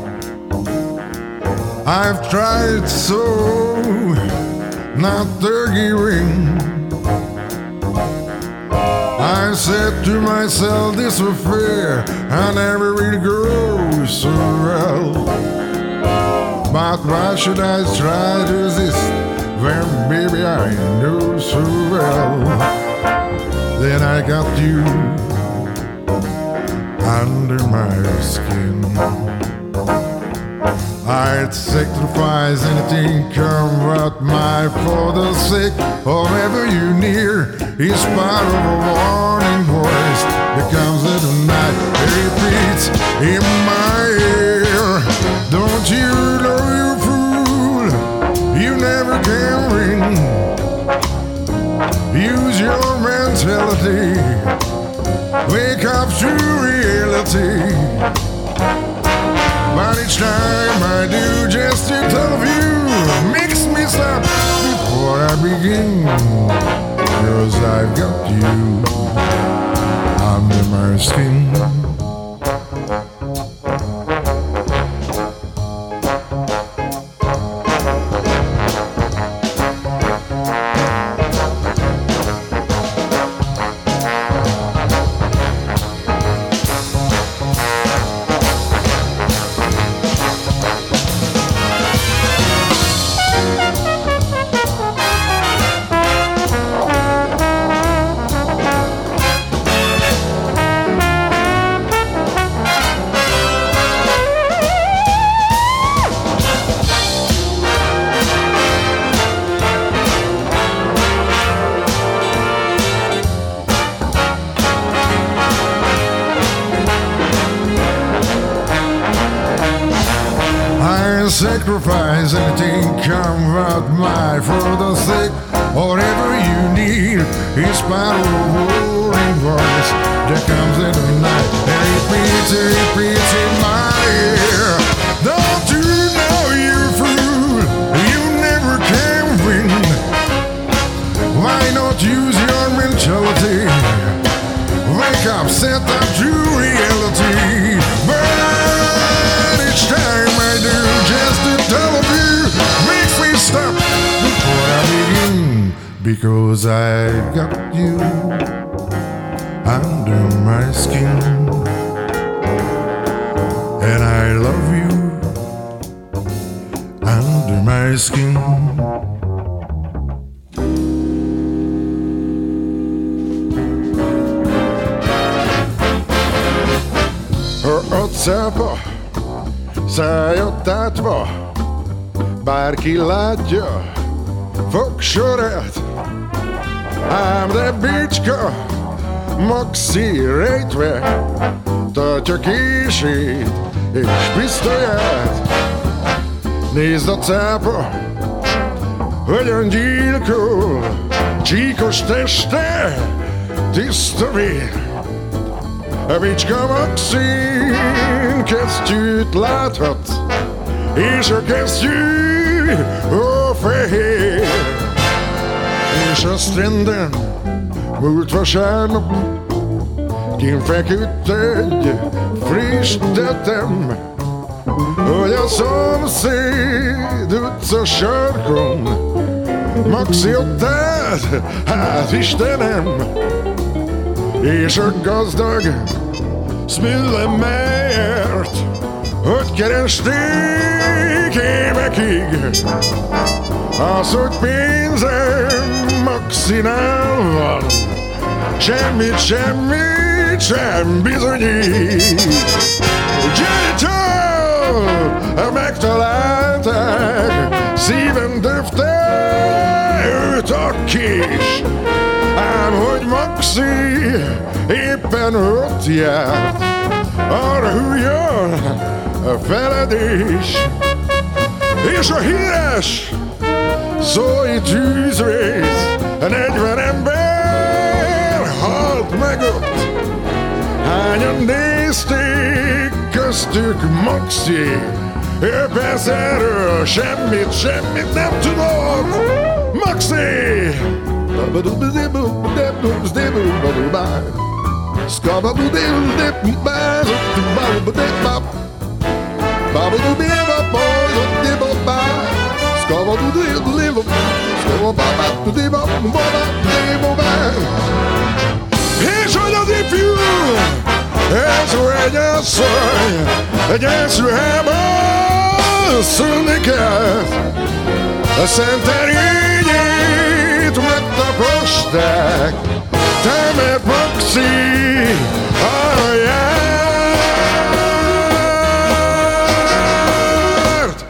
I've tried so not to give in. I said to myself, this affair I never really go so well. But why should I try to resist when baby I know so well that I got you under my skin. I'd sacrifice anything, come what might, for the sake of ever you near. In spite of a warning voice that comes in the night, it repeats in my ear. Don't you know, you fool, you never can win. Use your mentality, wake up to reality. But each time I do, just to tell you, makes me stop before I begin. 'Cause I've got you under my skin. Sacrifice anything, come what might, for the sake of whatever you need. In spite of a warning voice that comes in the night and repeats in my ear. Don't you know, you fool, you never can win. Why not use your mentality? Wake up, set up to reality. But each time I do, just to tell of you, makes me stop before I begin. Because I've got you under my skin, and I love you under my skin. A cápa szájat tátva, bárki látja fogsorát, ám de bicska Maxi rejtve tartja kését és pisztolyát. Nézd a cápa, hogyan gyilkol, csíkos teste, tiszta vér. A bicska Maxin kesztyűt láthat, és a kesztyű ó fehér. És a stranden múlt vasárnap kint feküdt egy friss tetem, hogy a szomszéd utca sarkon Maxi ott állt, hát Istenem, és a gazdag Smülle-Meyert, hogy keresték évekig. Az, hogy pénzem Maxinál van, semmit sem bizonyít. Jenny-től megtalálták, szívem döfte őt a kés. Ám hogy Maxi éppen ott járt, arra hűljön a feledés. És a híres Zói tűzvész, 40 ember halt meg ott. Hányan nézték köztük Maxi, ő persze erről semmit nem tudok. Maxi! És hogy az ifjú, ez egy asszony, egy első ruhában szülni kell. A szent erényét megtaposták, te mert Maxi arra járt.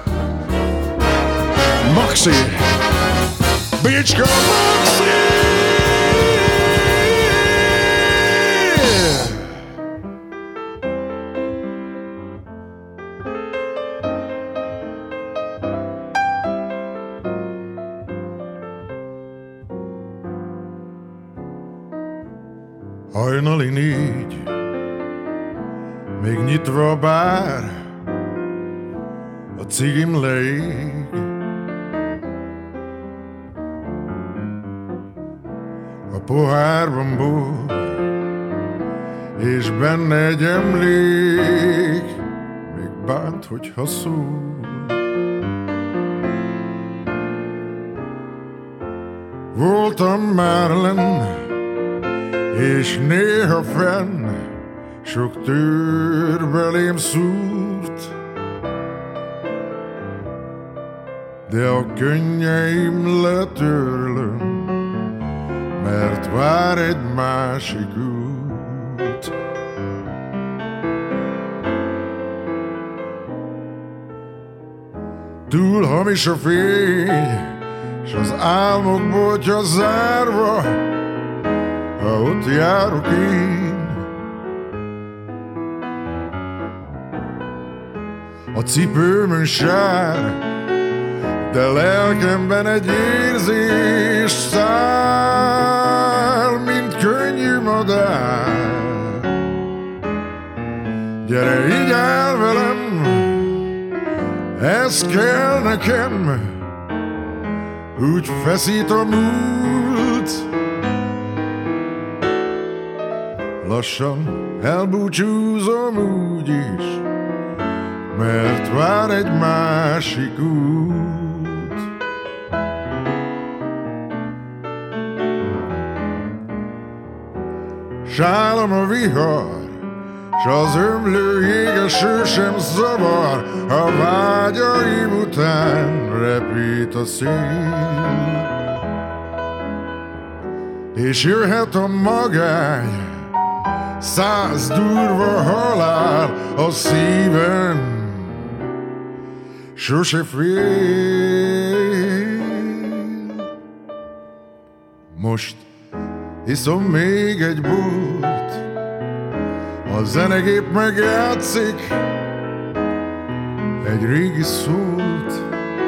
Maxi, Bicska Maxi! Hajnali 4, még nyitva a bár, a cigim leég. A pohárban bor, és benne egy emlék, még bánt, hogyha szól. Voltam már lenn, és néha fenn sok tőr belém szúrt, de a könnyeim letörlöm, mert vár egy másik út. Túl hamis a fény, s az álmok boltja zárva, ha ott járok én. A cipőmön sár, de lelkemben egy érzés száll, mint könnyű madár. Gyere, így áll velem, ez kell nekem, úgy feszít a múlt. Lassan elbúcsúzom úgyis, mert vár egy másik út. Sálom a vihar, s az ömlő jégeső sem zavar, a vágyaim után repít a szél. És jöhet a magány, 100 durva halál a szívem, sose fél. Most iszom még egy bort, a zenegép megjátszik egy régi szót,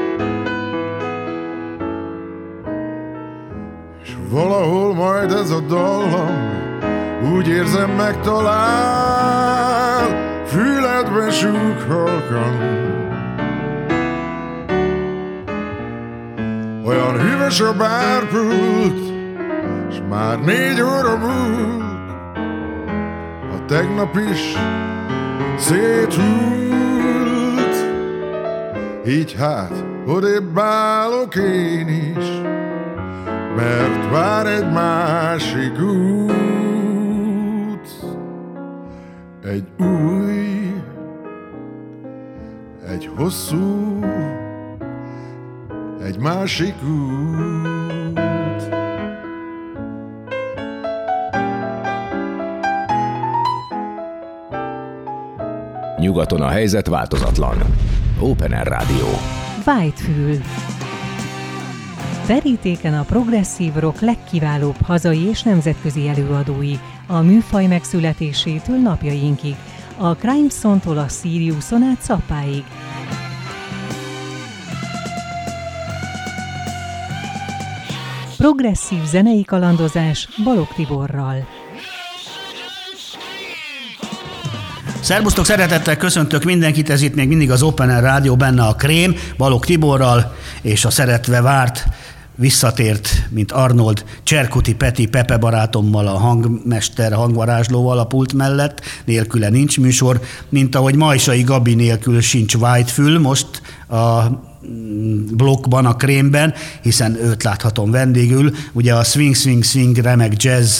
és valahol majd ez a dallam, úgy érzem megtalál, füledben súg halkan. Olyan hűvös a bárpult, s már 4 óra múlt, ha tegnap is széthult. így hát odébb állok én is, mert vár egy másik út, egy új, egy hosszú, egy másik út.
Nyugaton a helyzet változatlan. Open Air Rádió.
Whitefül. Terítéken a progresszív rock legkiválóbb hazai és nemzetközi előadói, a műfaj megszületésétől napjainkig, a Crimeson-tól a Siriuson át Zappáig. Progresszív zenei kalandozás Balogh Tiborral.
Szerbusztok, szeretettel köszöntök mindenkit, ez itt még mindig az Open Air Rádió, benne a Krém, Balogh Tiborral, és a szeretve várt, visszatért, mint Arnold, Cserkuti Peti Pepe barátommal, a hangmester, hangvarázslóval a pult mellett, nélküle nincs műsor, mint ahogy Majsai Gabi nélkül sincs Whitefül most a blokkban, a Krémben, hiszen őt láthatom vendégül. Ugye a Swing, Swing, Swing, remek jazz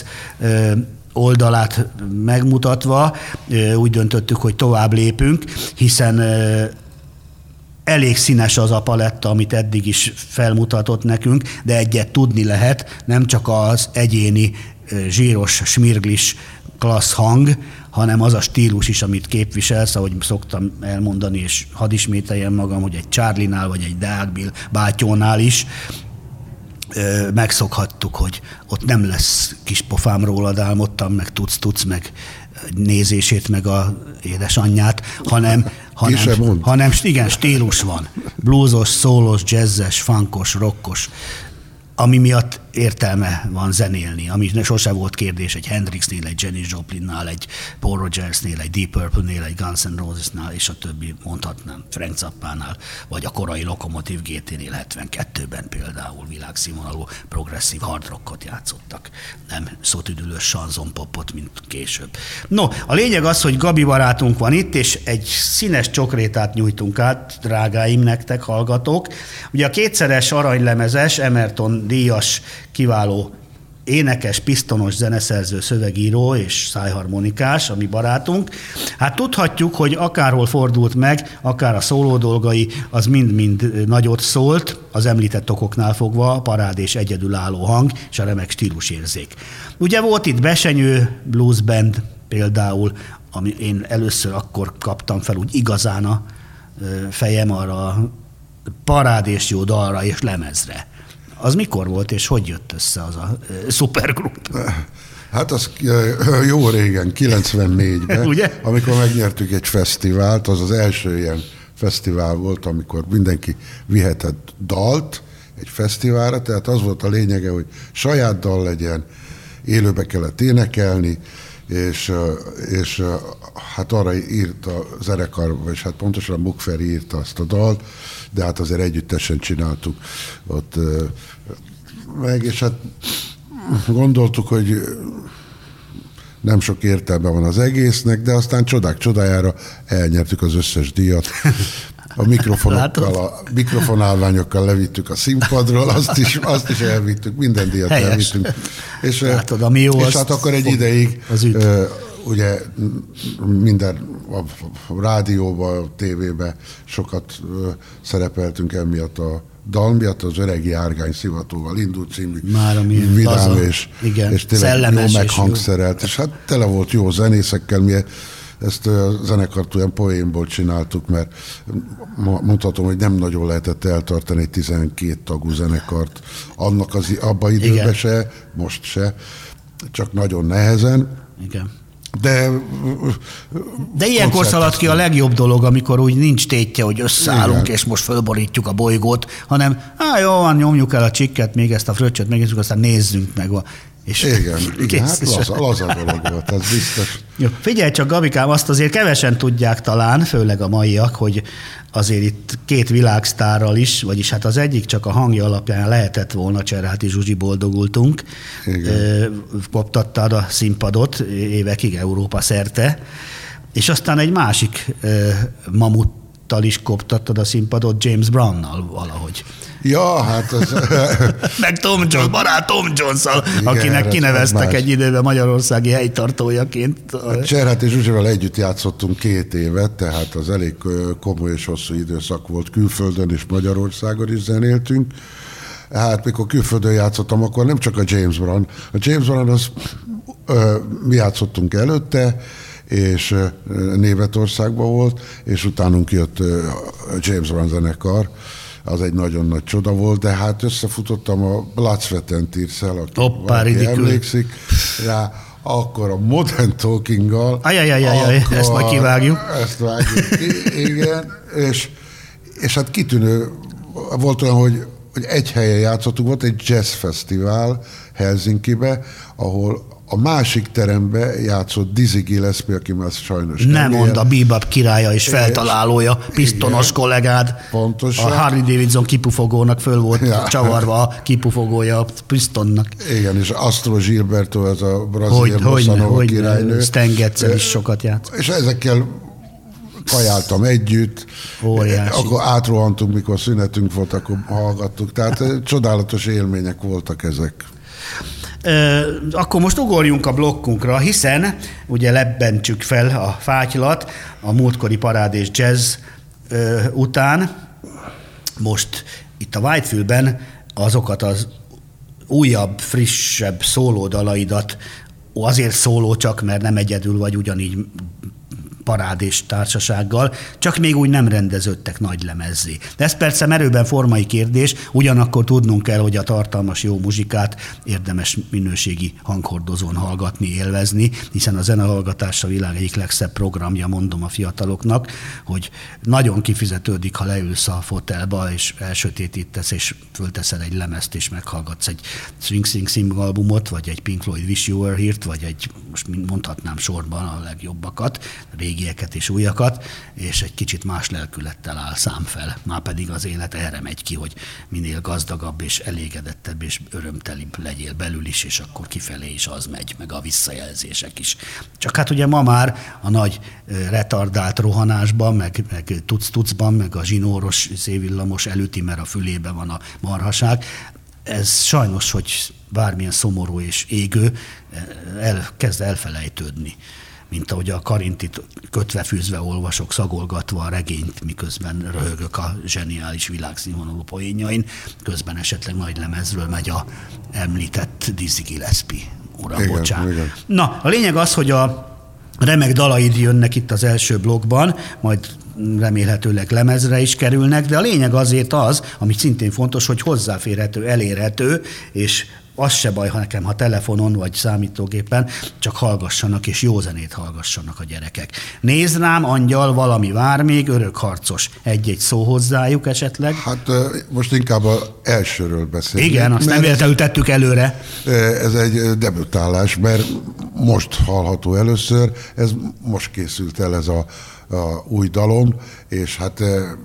oldalát megmutatva úgy döntöttük, hogy tovább lépünk, hiszen elég színes az a paletta, amit eddig is felmutatott nekünk, de egyet tudni lehet, nem csak az egyéni zsíros, smirglis klassz hang, hanem az a stílus is, amit képviselsz, ahogy szoktam elmondani, és hadd ismételjem magam, hogy egy Charlie-nál, vagy egy Deák Bill bátyónál is megszokhattuk, hogy ott nem lesz kis pofám rólad, álmodtam, meg tudsz, meg nézését, meg a édesanyját, hanem igen, stílus van. Bluesos, szólos, jazzes, funkos, rockos, ami miatt értelme van zenélni, ami sose volt kérdés egy Hendrixnél, egy Janis Joplinnál, egy Paul Rogersnél, egy Deep Purple-nél, egy Guns N' Rosesnál, és a többi mondhatnám, Frank Zappánál, vagy a korai Lokomotív GT-nél 72-ben például világszínvonalú progresszív hard rockot játszottak, nem szótüdülős sanzonpopot, mint később. No, a lényeg az, hogy Gabi barátunk van itt, és egy színes csokrétát nyújtunk át, drágáim, nektek, hallgatók. Ugye a kétszeres aranylemezes, Emerton díjas, kiváló énekes, pisztonos, zeneszerző, szövegíró és szájharmonikás, a mi barátunk. Hát tudhatjuk, hogy akárhol fordult meg, akár a szóló dolgai, az mind-mind nagyot szólt, az említett okoknál fogva, a parád és egyedülálló hang és a remek stílusérzék. Ugye volt itt Besenyő Blues Band például, ami én először akkor kaptam fel úgy igazán a fejem arra a parád és jó dalra és lemezre. Az mikor volt, és hogy jött össze az a szupergrup?
Hát az jó régen, 94-ben,
ugye?
Amikor megnyertük egy fesztivált, az első ilyen fesztivál volt, amikor mindenki vihetett dalt egy fesztiválra, tehát az volt a lényege, hogy saját dal legyen, élőbe kellett énekelni, és hát arra írt a zenekar, vagy hát pontosan a Mukferi írta azt a dalt, de hát azért együttesen csináltuk ott meg, és hát gondoltuk, hogy nem sok értelme van az egésznek, de aztán csodák csodájára elnyertük az összes díjat. A mikrofonokkal, a mikrofonálványokkal levittük a színpadról, azt is elvittük, minden díjat elvittünk. És,
látod, ami jó,
és hát akkor egy ideig ugye minden a rádióban, a tévében sokat szerepeltünk emiatt a dal miatt, az Öregi Árgány Szivatóval indult című vidám, és tényleg jó meghangszerelt, és hát tele volt jó zenészekkel, mi ezt a zenekart olyan poénból csináltuk, mert mondhatom, hogy nem nagyon lehetett eltartani egy 12 tagú zenekart abban időben se, most se, csak nagyon nehezen. Igen. De ilyenkor szalad ki a legjobb dolog, amikor úgy nincs tétje, hogy összeállunk, igen, és most fölborítjuk a bolygót, hanem jó van, nyomjuk el a csikket, még ezt a fröccsöt megnézzük, aztán nézzünk meg. És igen, hát laza dolog volt, ez biztos.
Jó, figyelj csak, Gabikám, azt azért kevesen tudják talán, főleg a maiak, hogy azért itt két világsztárral is, vagyis hát az egyik csak a hangja alapján lehetett volna, Cserháti Zsuzsi, boldogultunk. Koptattad a színpadot évekig Európa szerte, és aztán egy másik mamut vonattal is koptattad a színpadot James Brownnal valahogy.
Ja, hát az...
Meg Tom Jones, barát Tom Jones-szal, akinek
ez
kineveztek
más.
egy időben magyarországi helytartójaként.
Cserhát és Zsuzsival együtt játszottunk 2 évet, tehát az elég komoly és hosszú időszak volt. Külföldön és Magyarországon is zenéltünk. Hát mikor külföldön játszottam, akkor nem csak a James Brown. A James Brown az mi játszottunk előtte, és Németországban volt, és utánunk jött a James Brown zenekar. Az egy nagyon nagy csoda volt, de hát összefutottam a Blood, Sweat and Tears-el, aki emlékszik rá, akkor a Modern Talking-gal.
Ezt majd kivágjuk.
Ezt vágjuk ki, igen, és hát kitűnő, volt olyan, hogy egy helyen játszottunk, volt egy jazzfesztivál Helsinkibe, ahol a másik terembe játszott Dizzy Gillespie, aki már sajnos
nem mond, a bebop királya és feltalálója, pisztonos kollégád.
Pontosan.
A Harley Davidson kipufogónak föl volt csavarva a kipufogója a Pistonnak.
Igen, és Astro Gilberto, ez a brazil bossa nova királynő.
Stan Getzel is sokat játszott.
És ezekkel kajáltam együtt.
Óriási.
Akkor átrohantunk, mikor szünetünk volt, akkor hallgattuk. Tehát csodálatos élmények voltak ezek.
Akkor most ugorjunk a blokkunkra, hiszen ugye lebbentsük fel a fátylat a múltkori parád és jazz után. Most itt a Whitefield-ben azokat az újabb, frissebb szólódalaidat, azért szóló csak, mert nem egyedül vagy ugyanígy parád és társasággal, csak még úgy nem rendeződtek nagy lemezzé. De ez persze merőben formai kérdés, ugyanakkor tudnunk kell, hogy a tartalmas jó muzsikát érdemes minőségi hanghordozón hallgatni, élvezni, hiszen a zenehallgatás a világ egyik legszebb programja, mondom a fiataloknak, hogy nagyon kifizetődik, ha leülsz a fotelba, és elsötétítesz, és fölteszel egy lemezt, és meghallgatsz egy Swing Sing Sing albumot, vagy egy Pink Floyd Wish You Were Here-t, vagy egy, most mondhatnám sorban a legjobbakat, régieket és újakat, és egy kicsit más lelkülettel áll szám fel. Már pedig az élet erre megy ki, hogy minél gazdagabb és elégedettebb és örömtelibb legyél belül is, és akkor kifelé is az megy, meg a visszajelzések is. Csak hát ugye ma már a nagy retardált rohanásban, meg tuc-tucban, meg a zsinóros szélvillamos elüti, mert a fülébe van a marhaság. Ez sajnos, hogy bármilyen szomorú és égő, kezd elfelejtődni. Mint ahogy a Karintit kötve-fűzve olvasok, szagolgatva a regényt, miközben röhögök a zseniális világszínvonalú poénjain, közben esetleg nagy lemezről megy a említett Dizzy Gillespie. Uram, bocsánat. Igen. Na, a lényeg az, hogy a remek dalaid jönnek itt az első blokkban, majd remélhetőleg lemezre is kerülnek, de a lényeg azért az, ami szintén fontos, hogy hozzáférhető, elérhető, és az se baj, ha nekem, ha telefonon vagy számítógépen, csak hallgassanak, és jó zenét hallgassanak a gyerekek. Nézd rám, angyal, valami vár még, örökharcos. Egy-egy szó hozzájuk esetleg?
Hát most inkább az elsőről beszélünk.
Igen, azt nem véletlenül tettük előre.
Ez egy debütálás, mert most hallható először, ez most készült el ez a új dalom, és hát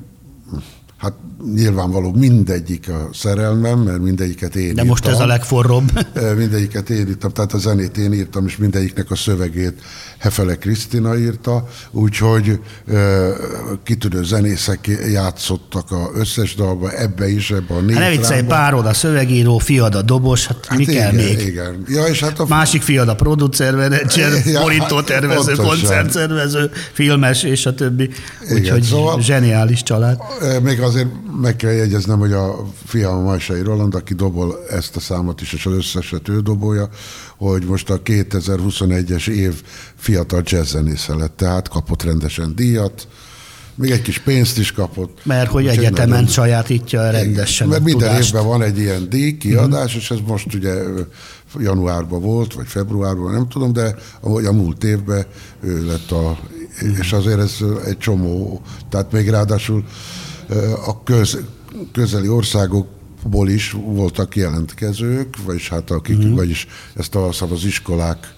nyilvánvaló mindegyik a szerelmem, mert mindegyiket én írtam.
De most ez a legforróbb.
Mindegyiket én írtam, tehát a zenét én írtam, és mindegyiknek a szövegét Hefele Krisztina írta, úgyhogy kitűnő zenészek játszottak az összes dalba, ebbe is, ebbe a 4
ne viccelj, párod a szövegíró, fiad a dobos, hát mi kell még?
Igen. Ja, és hát
másik fiad a producer, menedzser, borítótervező, koncertszervező, filmes, és a többi. Úgyhogy szóval, zseniális család.
Még azért meg kell jegyeznem, hogy a fiam a Majsai Roland, aki dobol ezt a számot is, és az összeset ő dobolja, hogy most a 2021-es év fiatal jazzzenésze lett, tehát kapott rendesen díjat, még egy kis pénzt is kapott.
Mert hogy egyetemen nagyon sajátítja rendesen
mert minden
tudást.
évben van egy ilyen díjkiadás, és ez most ugye januárban volt, vagy februárban, nem tudom, de a múlt évben ő lett és azért ez egy csomó, tehát még ráadásul a közeli országokból is voltak jelentkezők, vagyis hát akik, vagyis ezt az iskolák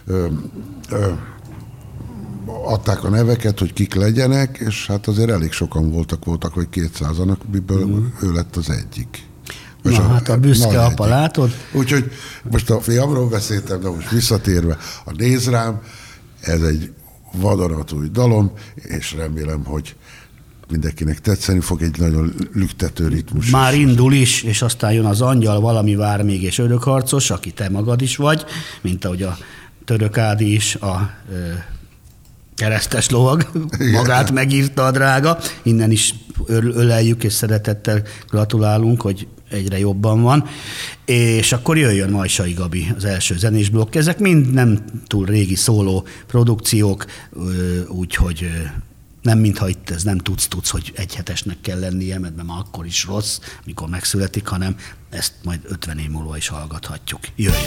adták a neveket, hogy kik legyenek, és hát azért elég sokan voltak vagy 200-anak, miből ő lett az egyik.
Na hát a büszke apa, látod?
Úgyhogy most a fiamról beszéltem, de most visszatérve, a Nézd rám, ez egy vadonatúj dalom, és remélem, hogy mindenkinek tetszeni fog, egy nagyon lüktető ritmus.
Már indul is, és aztán jön az Angyal, Valami vár még, és Örökharcos, aki te magad is vagy, mint ahogy a Török Ádi is a keresztes lovag, magát megírta a drága. Innen is öleljük, és szeretettel gratulálunk, hogy egyre jobban van. És akkor jöjjön Majsai Gabi, az első zenés blokk. Ezek mind nem túl régi szóló produkciók, úgyhogy nem mintha itt ez nem tudsz, hogy egyhetesnek kell lennie, mert már akkor is rossz, mikor megszületik, hanem ezt majd 50 év múlva is hallgathatjuk. Jöjjön!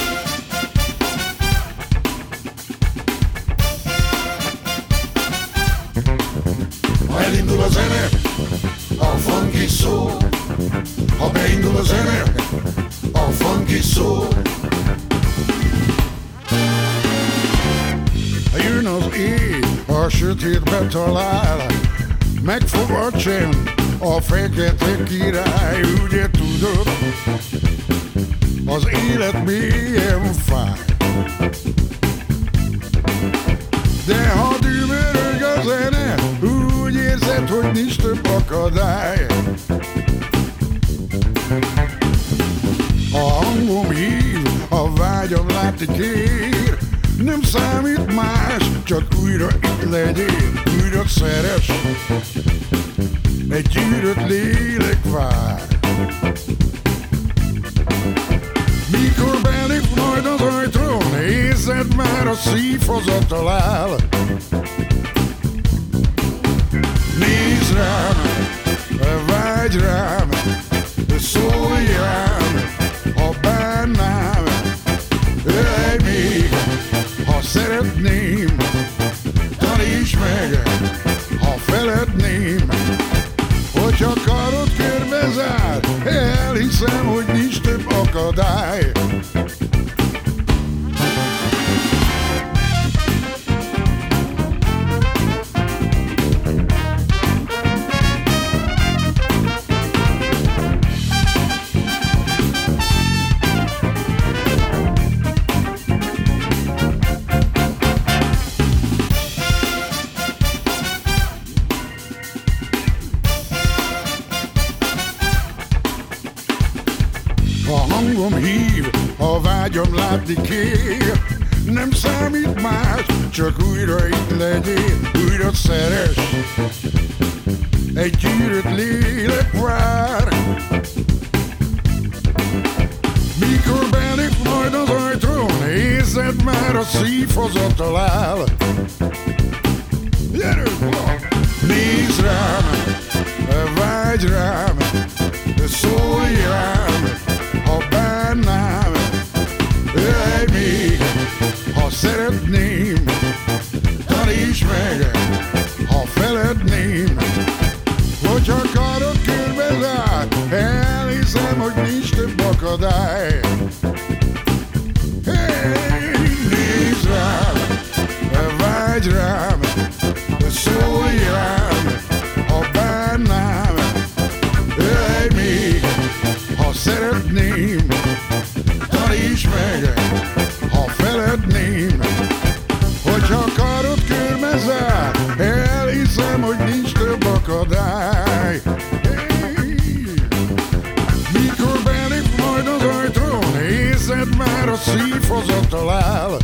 Ha elindul a zene, a funky szó. Ha beindul a zene, a funky szó. Jön az éj, a sötétbe talál, megfog a csend, a fekete király. Ugye tudod, az élet mélyen fáj, de ha dübörög a zene, úgy érzed, hogy nincs több akadály. A hangom hív, a vágyam látni kér, nem számít más, csak újra itt legyél, újra szeres, egy gyűrött lélek vár. Mikor belép majd az ajtón, érzed már a szív hazatalál. Nézd rám, vágyj rám, szólj rám, ha bánnám, ölej még, ha szeretném, taníts meg, ha feledném. Hogyha karod körbe zár, elhiszem, hogy nincs több akadály. Hív, a vágyam látni kér, nem számít más, csak újra itt legyél, újra szeres, egy gyűrött lélek vár. Mikor belép majd az ajtón, érzed már a szív hazatalál. Nézd rám, vágyj rám, szólj rám, ha bánnám, ölej még, ha szeretném, taníts meg, ha feledném. Hogyha karod körbe zár, elhiszem, hogy nincs több akadály. Hey, nézd rám, vágyj rám, szólj rám, ha bánnám, ölej még, ha szeretném, taníts meg, ha feledném. Hogyha karod körbe zár, elhiszem, hogy nincs több akadály. Hey. Mikor belép majd az ajtón, érzed már a szív hazatalál.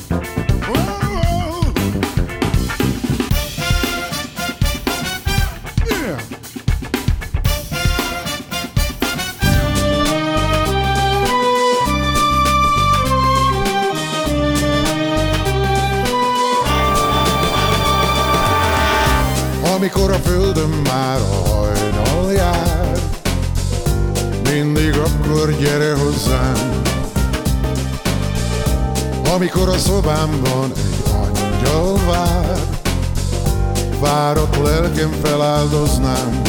Amikor a földön már a hajnal jár, mindig akkor gyere hozzám. Amikor a szobámban egy angyal vár, fáradt lelkem feláldoznám.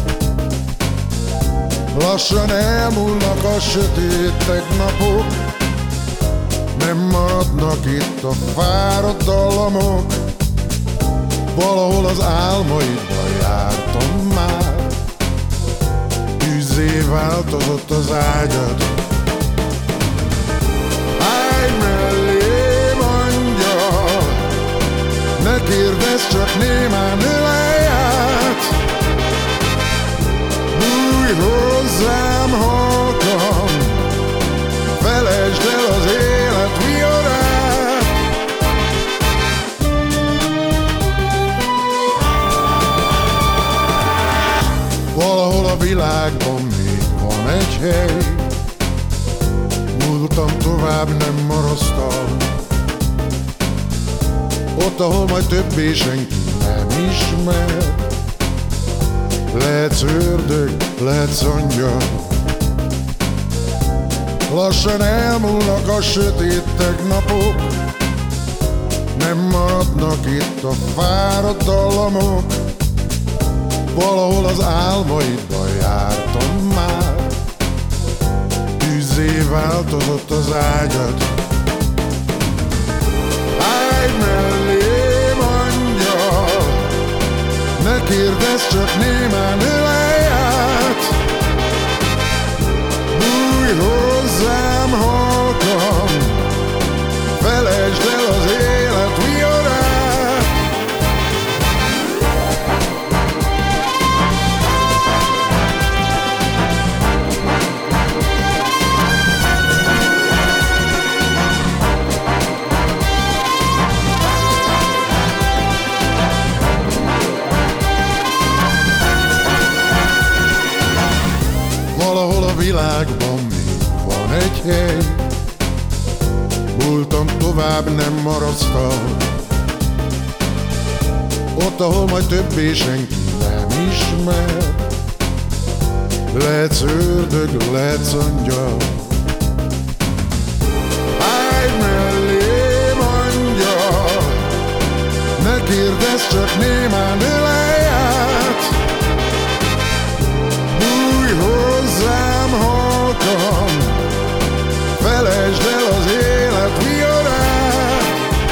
Lassan elmúlnak a sötétek napok, nem maradnak itt a fáradt dallamok. Valahol az álmaidban jártam már, tűzzé változott az ágyad. Állj mellém, angyal, ne kérdezz, csak némán ölelj át. világban még van egy hely, múltam tovább, nem marasztal. Ott, ahol majd többé senki nem ismer. Lehetsz ördög, lehetsz angyal. Lassan elmúlnak a sötétek napok, nem maradnak itt a fáradt dallamok. Valahol az álmaidban jártam már, tűzzé változott az ágyad. Állj mellém, angyal, ne kérdezz, csak némán ölelj át. Bújj hozzám halkan, felejtsd el az élet viorát. Valahol a világban még van egy hely, múltam tovább, nem marasztal. Ott, ahol majd többé senki nem ismer. Lehetsz ördög, lehetsz angyal. Állj mellém, angyal, ne kérdezz, csak némán ölelj át. Bújj hozzám halkan, felejtsd el az élet viorát.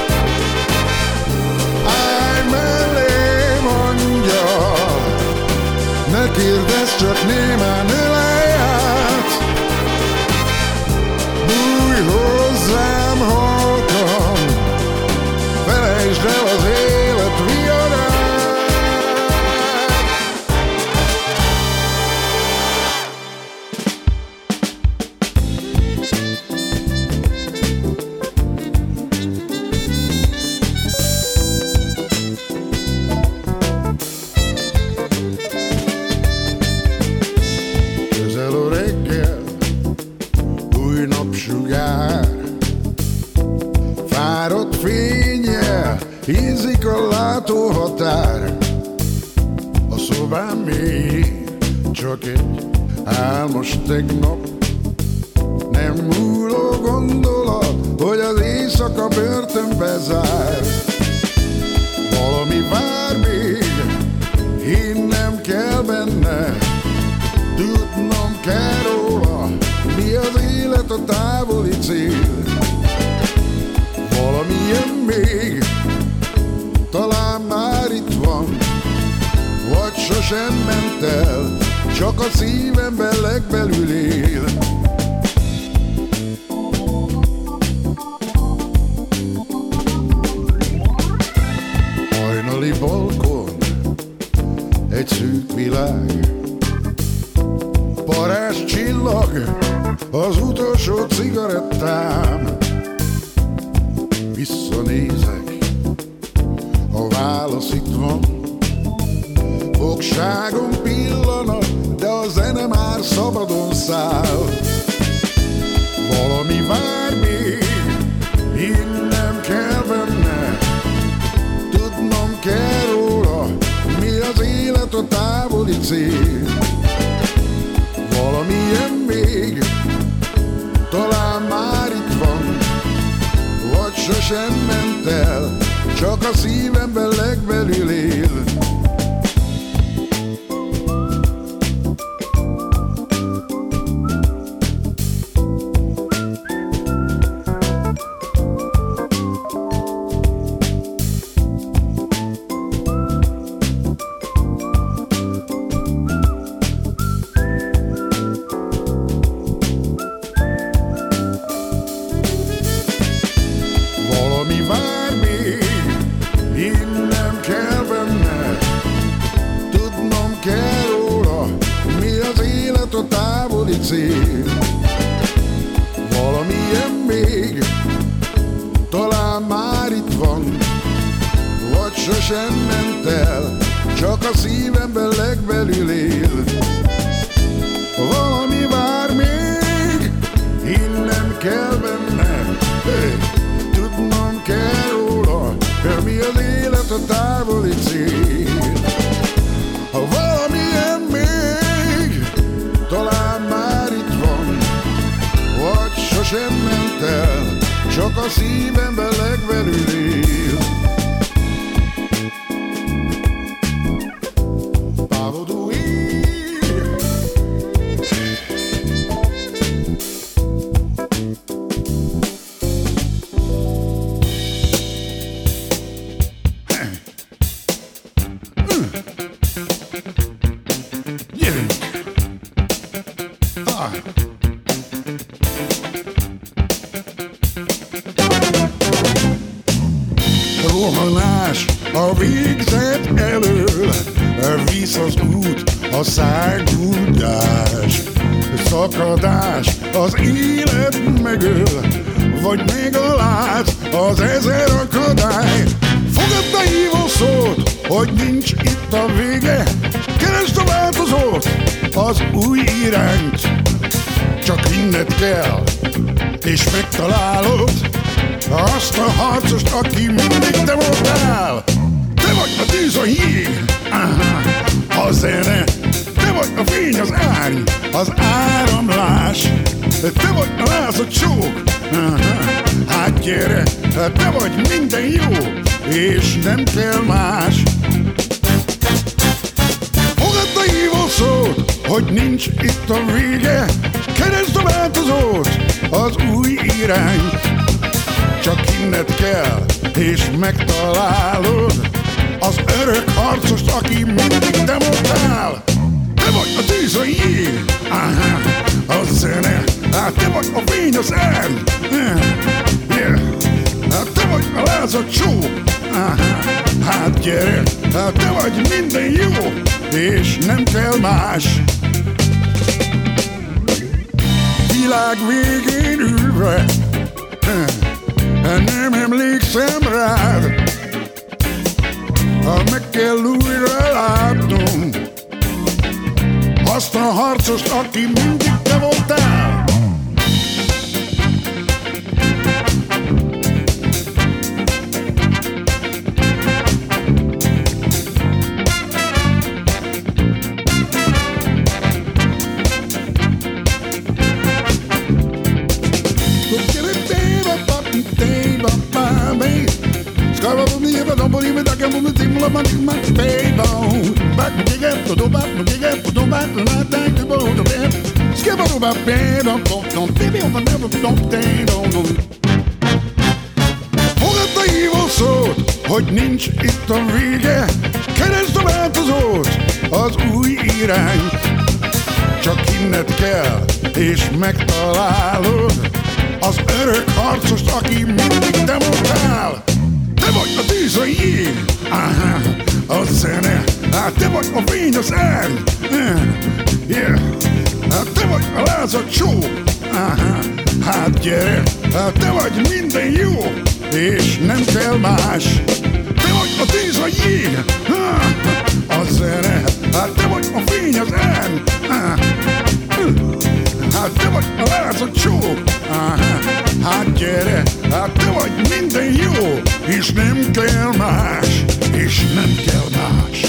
Állj mellém, angyal, ne kérdezz, csak némán ölelj át. Bújj hozzám halkan, felejtsd el az élet viorát. Közel a reggel, új napsugár, fáradt fénnyel hízik a látóhatár. A szobám még csak egy álmos tegnap, nem múló gondolat, hogy az éjszaka börtönbe zár. Valami vár még, hinnem kell benne, tudnom kell róla, mi az élet, a távoli cél. Valami jön még, talán már itt van, vagy sosem ment el, csak a szívemben legbelül él. Hajnali balkon, egy szűk világ, parázs csillag, az utolsó cigarettám. Visszanézek, a válasz itt van. Fogságon pillanat, de a zene már szabadon száll. Valami vár még, hinnem kell benne, tudnom kell róla, mi az élet, a távoli cél. Valami jön még, talán már itt van, vagy sosem ment el, csak a szívemben legbelül él. Cél. Valami jön még, talán már itt van, vagy sosem ment el, csak a szívemben legbelül él. a szívemben legvelül él. Pávodó él. Gyerünk! Rohanás a végzet elől, visz az út, a száguldás, szakadás, az élet megöl, vagy megaláz az ezer akadály. Fogadd a hívó szót, hogy nincs itt a vége, keresd a változót, az új irányt. Csak hinned kell, és megtalálod azt a harcost, aki mindig te voltál. Te vagy a tűz, a jég, a zene, te vagy a fény, az árny, az áramlás. Te vagy a láz, a csók, hát gyere, te vagy minden jó, és nem kell más. Fogadd a hívó szót, hogy nincs itt a vége, keresd a változót, az új irányt. Csak hinned kell, és megtalálod az örök harcost, aki mindig te voltál. Te vagy a tűz, a jég, a zene, te vagy a fény, az árny, te vagy a láz, a csók, hát gyere, te vagy minden jó, és nem kell más. Világ végén ülve, nem emlékszem rád, meg kell újra látnom azt a harcost, aki mindig te voltál. Don't believe it, I can't believe it, I'm my baby. Back to get to do back, to get to do back, and I thank you for the bed. Skip over my bed, don't baby, I'm never, don't. Fogadd a hívó szót, hogy nincs itt a vége, keresd a változót, az új irányt. Csak hinned kell, és megtalálod az örök harcost, aki mindig te voltál. Te vagy a tűz, a jég, a zene, te vagy a fény, az árny, te vagy a láz, a csók, hát gyere, te vagy minden jó, és nem kell más. Te vagy a tűz, a jég, a zene, te vagy a fény, az árny, te vagy a láz, a csók, hát gyere, te vagy minden jó, és nem kell más, és nem kell más.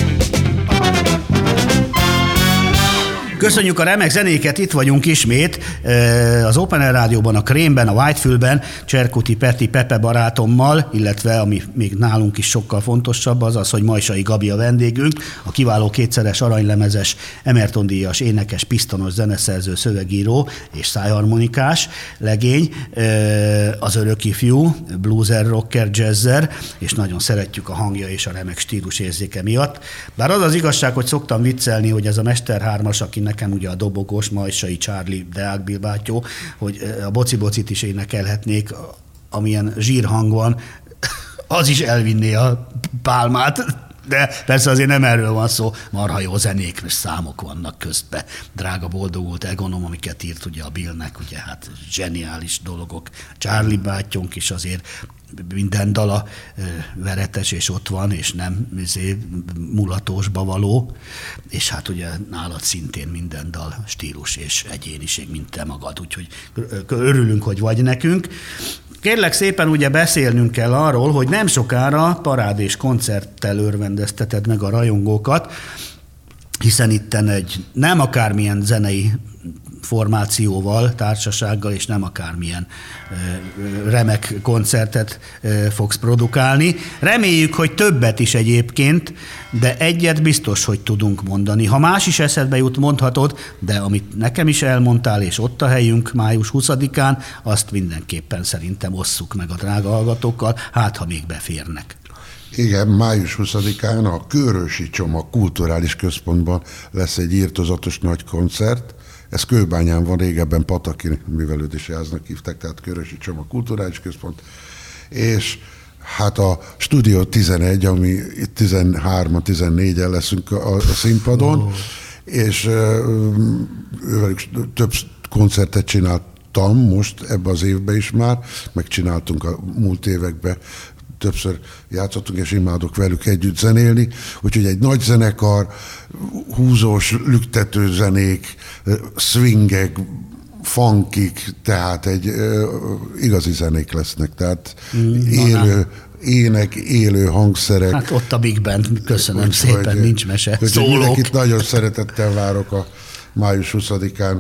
Köszönjük a remek zenéket, itt vagyunk ismét az Open Air Rádióban, a Krémben, a Whitefield-ben, Cserkuti Peti Pepe barátommal, illetve ami még nálunk is sokkal fontosabb, az az, hogy Majsai Gabi a vendégünk, a kiváló kétszeres aranylemezes, Emerton-díjas, énekes, pisztonos, zeneszerző, szövegíró és szájharmonikás legény, az örök ifjú, blueser, rocker, jazzer, és nagyon szeretjük a hangja és a remek stílus érzéke miatt. Bár az az igazság, hogy szoktam viccelni, hogy ez a Mester 3-as, aki nekem ugye a dobogós, Majsai Charlie, Deák Bill bátyó, hogy a boci-bocit is énekelhetnék, amilyen zsírhang van, az is elvinné a pálmát, de persze azért nem erről van szó, marha jó zenék, és számok vannak közben. Drága boldogult Egonom, amiket írt ugye a Billnek, ugye hát zseniális dolgok. Charlie bátyónk is azért minden dala veretes, és ott van, és nem mulatósba való, és hát ugye nálad szintén minden dal stílus és egyéniség, mint te magad, úgyhogy örülünk, hogy vagy nekünk. Kérlek szépen, ugye beszélnünk kell arról, hogy nem sokára parád és koncerttel örvendezteted meg a rajongókat, hiszen itten egy nem akármilyen zenei formációval, társasággal, és nem akármilyen remek koncertet fogsz produkálni. Reméljük, hogy többet is egyébként, de egyet biztos, hogy tudunk mondani. Ha más is eszedbe jut, mondhatod, de amit nekem is elmondtál, és ott a helyünk május 20-án, azt mindenképpen szerintem osszuk meg a drága hallgatókkal, hát ha még beférnek.
Igen, május 20-án a Kőrösi Csoma Kulturális Központban lesz egy írtózatos nagy koncert. Ez Kőbányán van, régebben Pataki Művelődési Háznak hívták, tehát Kőrösi Csoma Kulturális Központ. És hát a Stúdió 11, ami itt 13-14-en leszünk a színpadon, és ővelük több koncertet csináltam most ebben az évben is már, megcsináltunk a múlt években, többször játszottunk, és imádok velük együtt zenélni, úgyhogy egy nagy zenekar, húzós, lüktető zenék, swingek, funkik, tehát egy igazi zenék lesznek, tehát élő ének, élő hangszerek.
Hát ott a Big Band, köszönöm szépen, nincs mese. Szólók.
Mindenkit nagyon szeretettel várok a május 20-án,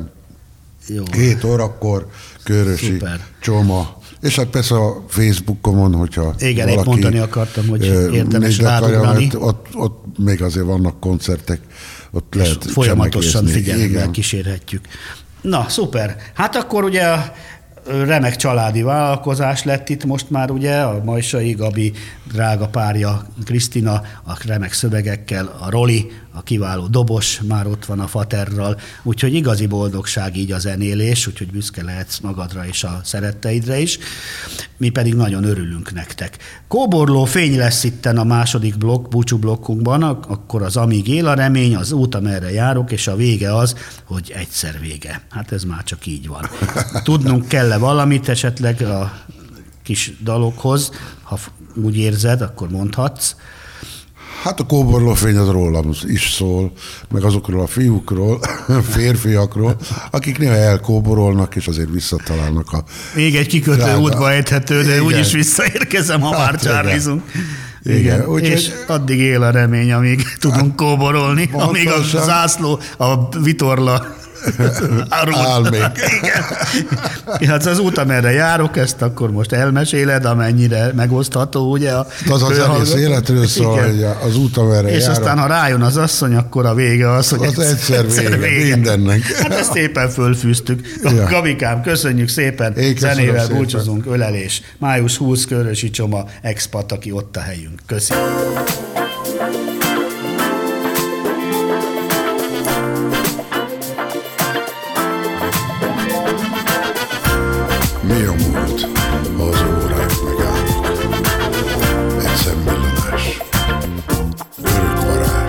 7 órakor, Kőrösi Csoma. És hát persze a Facebookomon, hogyha
igen, valaki mondani akartam, hogy érdemes rádugrani.
Ott még azért vannak koncertek, ott lehet
folyamatosan figyelemmel kísérhetjük. Na, szuper. Hát akkor ugye remek családi vállalkozás lett itt most már ugye, a Majsai Gabi drága párja Krisztina, a remek szövegekkel, a Roli, a kiváló dobos, már ott van a Faterral, úgyhogy igazi boldogság így a zenélés, úgyhogy büszke lehetsz magadra és a szeretteidre is. Mi pedig nagyon örülünk nektek. Kóborló fény lesz itten a második blokk, búcsú blokkunkban, akkor az Amíg él a remény, az út, amerre járok, és a vége az, hogy egyszer vége. Hát ez már csak így van. Tudnunk kell-e valamit esetleg a kis dalokhoz, ha úgy érzed, akkor mondhatsz.
Hát a Kóborlófény az rólam is szól, meg azokról a fiúkról, férfiakról, akik néha elkóborolnak, és azért visszatalálnak a...
Még egy kikötő útba ejthető, de úgyis visszaérkezem, ha már csárlizunk. Igen, és addig él a remény, amíg tudunk kóborolni, amíg a zászló, a vitorla áll még. Igen. Hát az út, amerre járok, ezt akkor most elmeséled, amennyire megosztható, ugye?
Az zenész életről szól, hogy az út, amerre
és
járok.
Aztán, ha rájön az asszony, akkor a vége az, hogy
az egyszer vége mindennek.
Hát ezt szépen fölfűztük. Ja. Gabikám, köszönjük szépen. Zenével búcsúzunk, ölelés. Május 20, Kőrösi Csoma, Expat, aki ott a helyünk. Köszönjük.
Mi a múlt? Az órák megállnak. Egy szemvillanás. Örök varázs.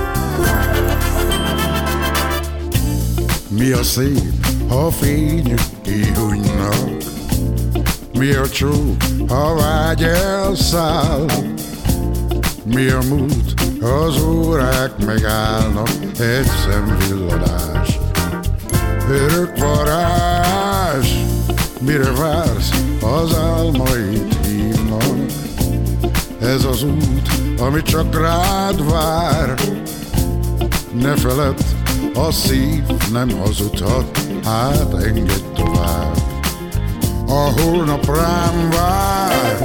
Mi a szép, ha fényük kihújnak? Mi a csók, ha vágy elszáll? Mi a múlt? Az órák megállnak. Egy szemvillanás. Örök varázs. Mire vársz, az álmaid hívnak. Ez az út, ami csak rád vár. Ne feledd, a szív nem hazudhat, hát engedj tovább. A holnap rám vár.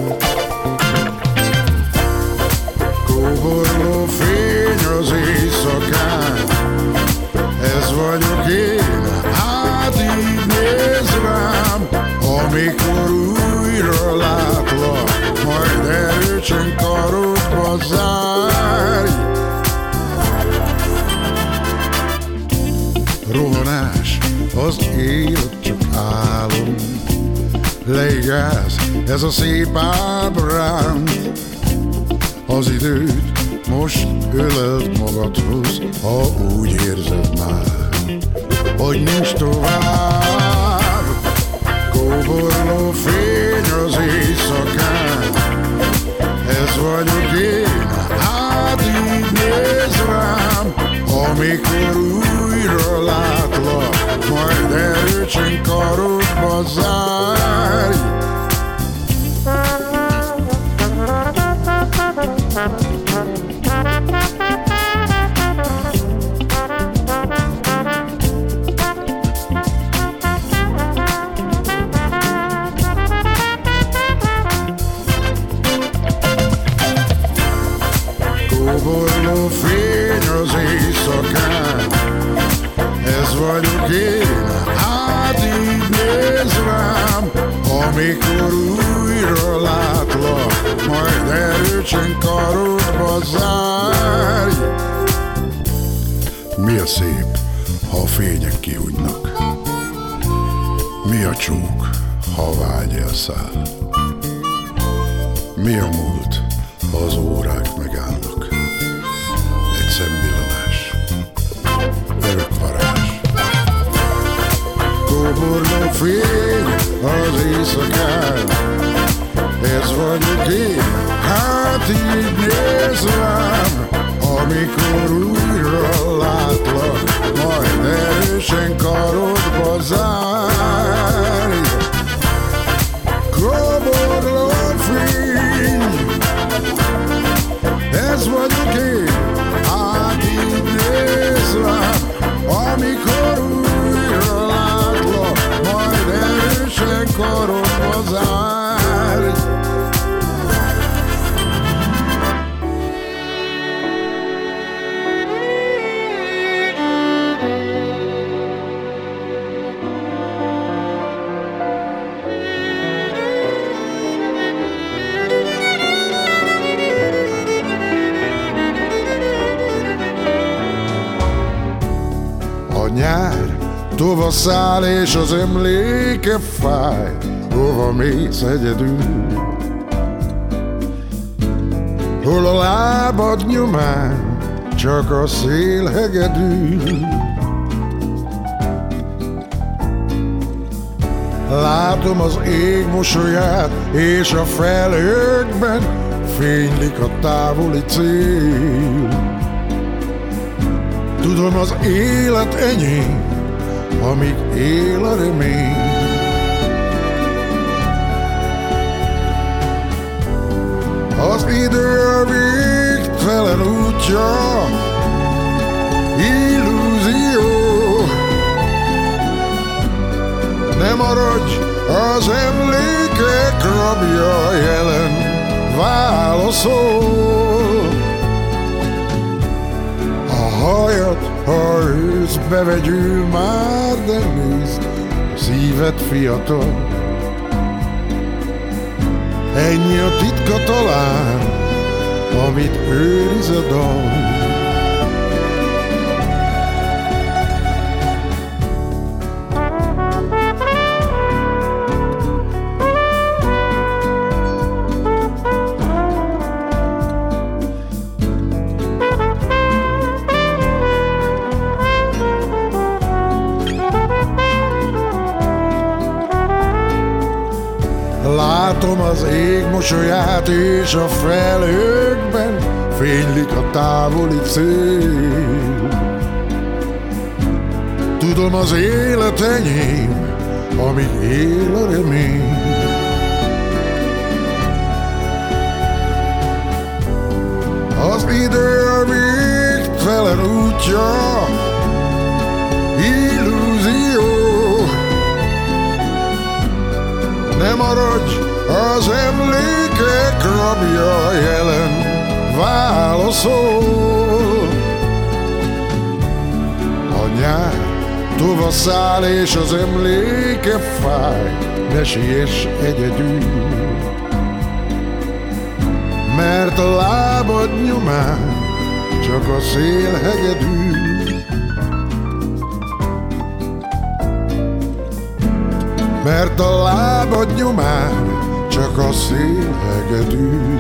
Kóborló fény az éjszakán. Ez vagyok én, hát így néz rám. Amikor újra látlak, majd erősen karodba zárj. Rohanás, az élet csak álom. Leigálsz, ez a szép ábránd. Az időt most öleld magadhoz, ha úgy érzed már, hogy nincs tovább. Kóborló fény az éjszakán. Ez vagyok én, hát így néz rám. Amikor újra látlak, majd erősen karodba zárj. Mi a szép, ha a fények kiúgynak? Mi a csók, ha a vágy elszáll? Mi a múlt, ha az órák megállnak? Egy szemvillanás, örök varázs. Kóborló fény az éjszakán, ez vagyok én, hát így néz rám. Amikor újra látlak, majd erősen karodba zárj. Kóborló fény, ez vagyok én, hát így néz rám. Amikor újra látlak, majd erősen karodba zárj. Nyár, tova száll és az emléke fáj, hova mész egyedül? Hol a lábad nyomán csak a szél hegedül? Látom az ég mosolyát, és a felhőkben fénylik a távoli cél. Tudom, az élet enyém, amíg él a remény. Az idő a végtelen útja, illúzió. Ne maradj az emlékek rabja, jelen válaszol. Hajad, ha ősz bevegyül már, de nézd, szíved fiatal. Ennyi a titka talán, amit őriz a dal. Látom az ég mosolyát, és a felhőkben fénylik a távoli cél. Tudom, az élet enyém, amíg él a remény. Az idő a végtelen útja, illúzió. Ne maradj az emlékek rabja, jelen válaszol. A nyár tova száll és az emléke fáj, ne siess egyedül. Mert a lábad nyomán csak a szél hegedül. Mert a lábad nyomán csak a szél hegedül.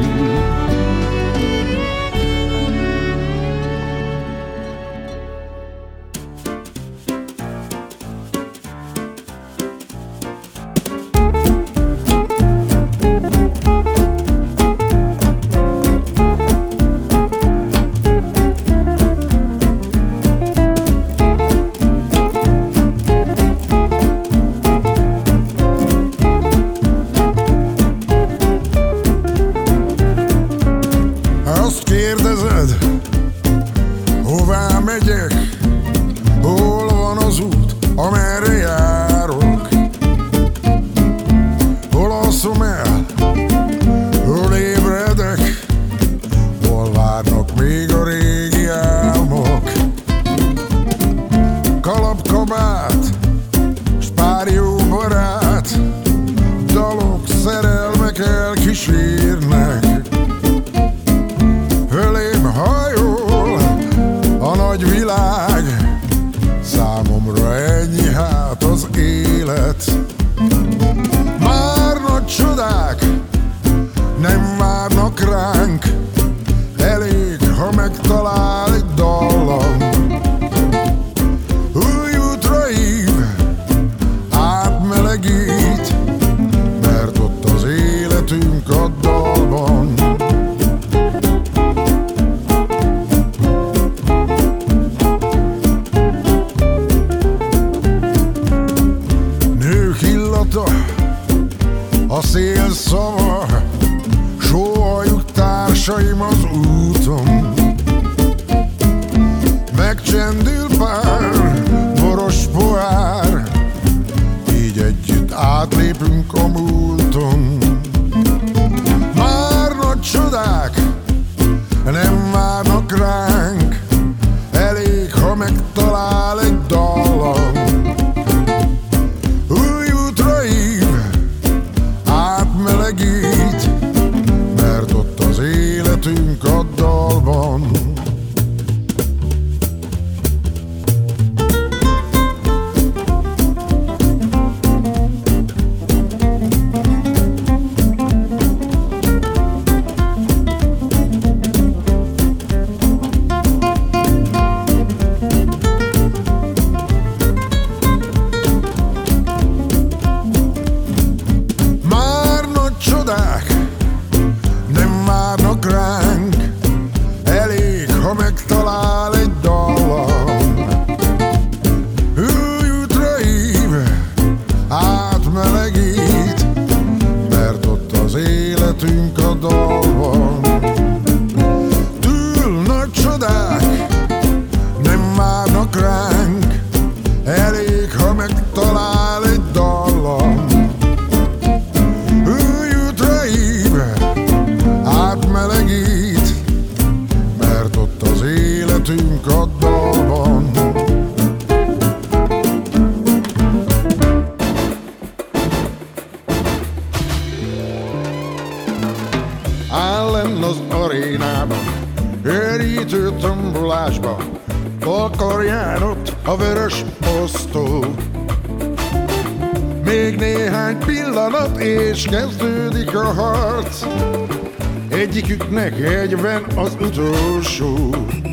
Hová megyek, hol van az út, amerre járok? Hol alszom el, hol ébredek, hol várnak még a régi álmok? Kalapkabát, s pár jó barát, dalok, szerelmek elkísérnek. Fölém hajol a nagy világ, világ, számomra ennyi hát az élet. Már nagy csodák nem várnak ránk, elég, ha megtalál egy dallam. Új útra hív, átmelegít, mert ott az életünk a dalban. Nők illata, a szél szava, sóhajjuk társaim az úton. Megcsendül pár boros pohár, így együtt átlépünk a múlton. Már nagy csodák nem várnak ránk, elég, ha megtalál egy dallam. Új útra hív, átmelegít, mert ott az életünk a dalban. Már nagy csodák nem várnak ránk, elég, ha megtalál egy dallam. Új útra hív, átmelegít, mert ott az életünk a dalban. Túl nagy csodák nem várnak ránk, elég, ha megtalál egy dallam. Új útra hív, átmelegít, mert ott az életünk a dalban. Áll lenn az arénában, őrítő tombolásba, takarján ott a vörös osztó. Még néhány pillanat és kezdődik a harc, egyiküknek egyben az utolsó.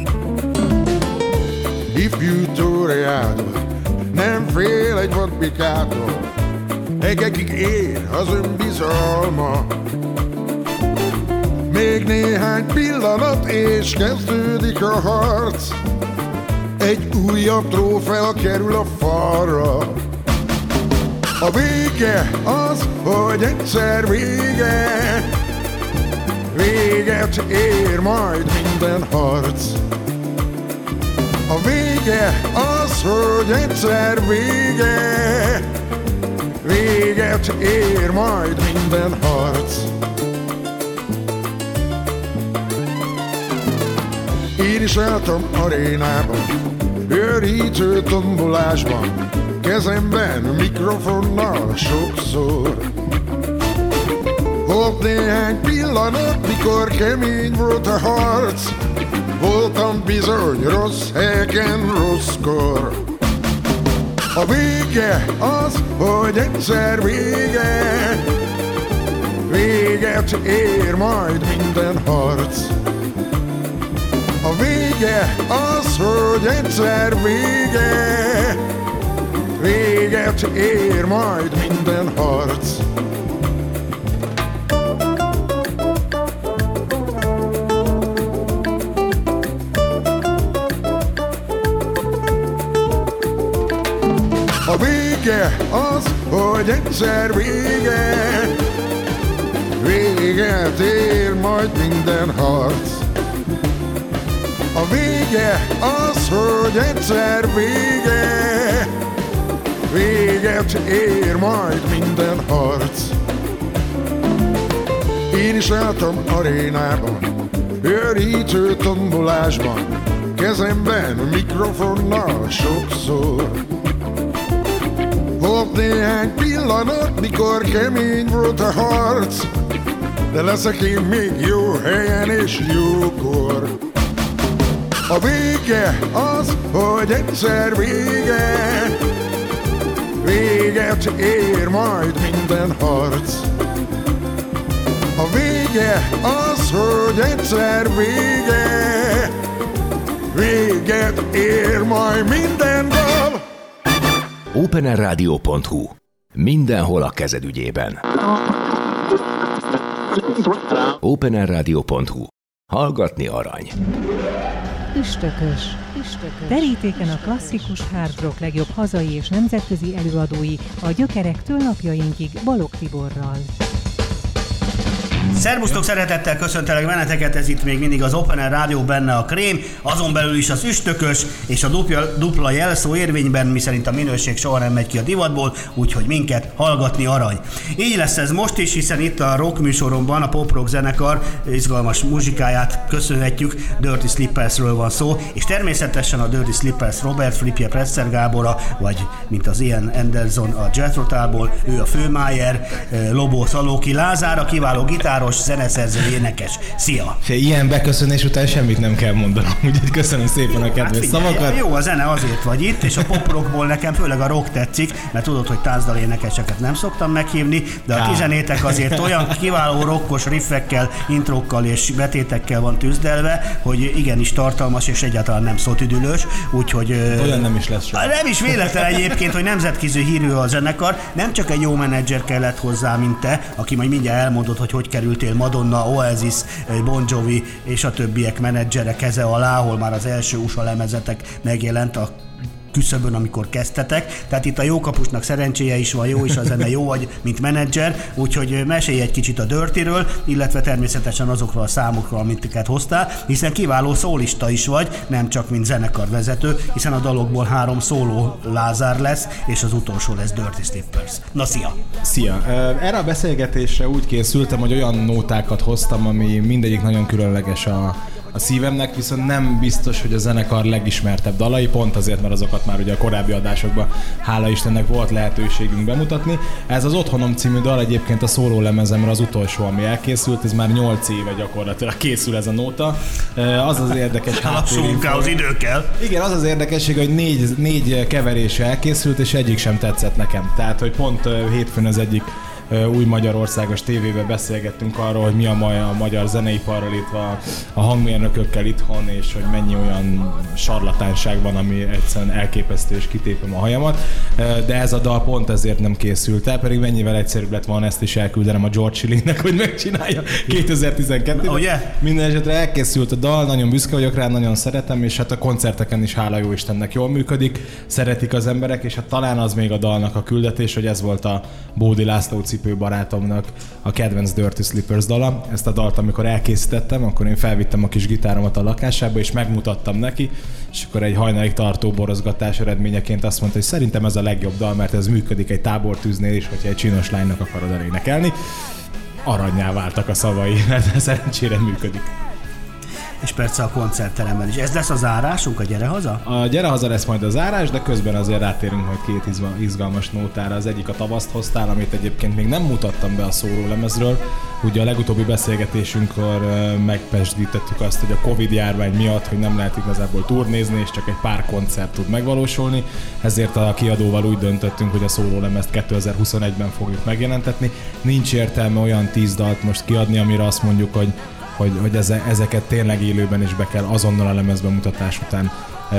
Ifjú Tóreádor nem fél egy vadbikától, egekig ér az önbizalma. Még néhány pillanat és kezdődik a harc, egy újabb trófea kerül a falra. A vége az, hogy egyszer vége, véget ér majd minden harc. A vége az, hogy egyszer vége, véget ér majd minden harc. Én is álltam arénában, őrítő tombolásban, kezemben mikrofonnal sokszor. Volt néhány pillanat, mikor kemény volt a harc, voltam bizony rossz helyeken rosszkor. A vége az, hogy egyszer vége, véget ér majd minden harc. A vége az, hogy egyszer vége, véget ér majd minden harc. A vége az, hogy egyszer vége, véget ér majd minden harc. A vége az, hogy egyszer vége, véget ér majd minden harc. Én is álltam arénában, őrítő tombolásban, kezemben mikrofonnal sokszor. Volt néhány pillanat, mikor kemény volt a harc, de leszek én még jó helyen és jókor. A vége az, hogy egyszer vége, véget ér majd minden harc. A vége az, hogy egyszer vége, véget ér majd minden dal.
openerradio.hu. Mindenhol a kezed ügyében. openerradio.hu. Hallgatni arany.
Üstökös. Terítéken a klasszikus hard rock legjobb hazai és nemzetközi előadói a gyökerektől napjainkig Balogh Tiborral.
Szerbusztok, szeretettel köszöntelek benneteket, ez itt még mindig az Open Air Rádió, benne a Krém, azon belül is az üstökös és a dupla jelszó érvényben, miszerint a minőség soha nem megy ki a divatból, úgyhogy minket hallgatni arany. Így lesz ez most is, hiszen itt a rock műsoromban a Pop Rock zenekar izgalmas muzsikáját köszönhetjük, Dirty Slippersről van szó, és természetesen a Dirty Slippers Robert Flipje Presser Gábora, vagy mint az Ian Anderson a Jethro Tullból, ő a Főmájer, Lobó Szalóki Lázár, a kiváló gitáros, zeneszerző, énekes. Szia!
Ilyen beköszönés után semmit nem kell mondanom, úgyhogy köszönöm szépen a kedves szavakat.
Jó, a zene azért vagy itt, és a pop rockból nekem főleg a rock tetszik, mert tudod, hogy táncdal énekeseket nem szoktam meghívni, de a tizenétek azért olyan kiváló rockos riffekkel, intrókkal és betétekkel van tűzdelve, hogy igenis tartalmas és egyáltalán nem szótüdülős, úgyhogy...
Olyan nem is lesz soha.
Nem is véletlen egyébként, hogy nemzetközi hírű a zenekar, nem csak egy jó menedzser kellett hozzá, mint te, aki majd mindjárt elmondod, hogy kerültél Madonna, Oasis, Bon Jovi és a többiek menedzsere keze alá, ahol már az első USA lemezetek megjelent a küszöbön, amikor kezdtetek. Tehát itt a jókapusnak szerencséje is van, jó is a zene, jó vagy, mint menedzser, úgyhogy mesélj egy kicsit a Dirtyről, illetve természetesen azokról a számokról, amiket hoztál, hiszen kiváló szólista is vagy, nem csak mint zenekarvezető, hiszen a dalokból 3 szóló Lázár lesz, és az utolsó lesz Dirty Slippers. Na, szia!
Szia! Erre a beszélgetésre úgy készültem, hogy olyan nótákat hoztam, ami mindegyik nagyon különleges a szívemnek, viszont nem biztos, hogy a zenekar legismertebb dalai, pont azért, mert azokat már ugye a korábbi adásokban, hála Istennek, volt lehetőségünk bemutatni. Ez az Otthonom című dal egyébként a szóló lemezemre az utolsó, ami elkészült, ez már 8 éve gyakorlatilag készül ez a nóta. Az az érdekes
háttérinfo. Idő kell.
Igen, az az érdekesség, hogy 4 keverése elkészült, és egyik sem tetszett nekem. Tehát, hogy pont hétfőn az egyik új magyarországos tévében beszélgettünk arról, hogy mi a magyar zeneiparral itt a hangmérnökökkel itthon, és hogy mennyi olyan sarlatánság van, ami egyszerűen elképesztő, és kitépem a hajamat. De ez a dal pont ezért nem készült el, pedig mennyivel egyszerűbb lett volna ezt is elküldenem a George Schillingnek, hogy megcsinálja 2012-ben.
Oh, yeah.
Minden esetre elkészült a dal, nagyon büszke vagyok rá, nagyon szeretem, és hát a koncerteken is hála jó Istennek jól működik, szeretik az emberek, és hát talán az még a dalnak a küldetés, hogy ez volt a Bódi László barátomnak a kedvenc Dirty Slippers dala. Ezt a dalt, amikor elkészítettem, akkor én felvittem a kis gitáromat a lakásába, és megmutattam neki, és akkor egy hajnalig tartó borozgatás eredményeként azt mondta, hogy szerintem ez a legjobb dal, mert ez működik egy tábortűznél is, hogyha egy csinos lánynak akarod elénekelni. Aranyá váltak a szavai, mert szerencsére működik.
És persze a koncertteremben is. Ez lesz a zárásunk, a Gyere Haza?
A Gyere Haza lesz majd a zárás, de közben azért rátérünk majd 2 izgalmas nótára. Az egyik a Tavaszt hoztál, amit egyébként még nem mutattam be a szólólemezről. Ugye a legutóbbi beszélgetésünkkor megpesdítettük azt, hogy a Covid járvány miatt, hogy nem lehet igazából turnézni, és csak egy pár koncert tud megvalósulni. Ezért a kiadóval úgy döntöttünk, hogy a szólólemezt 2021-ben fogjuk megjelentetni. Nincs értelme olyan 10 dalt most kiadni, amire azt mondjuk, hogy ezeket tényleg élőben is be kell azonnal a lemezbemutatás után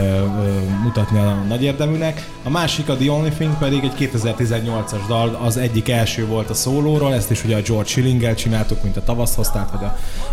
mutatni a nagy érdeműnek. A másik, a The Only Thing pedig egy 2018-as dal, az egyik első volt a szólóról, ezt is ugye a George Schillinggel csináltuk, mint a Tavaszt hoztát, vagy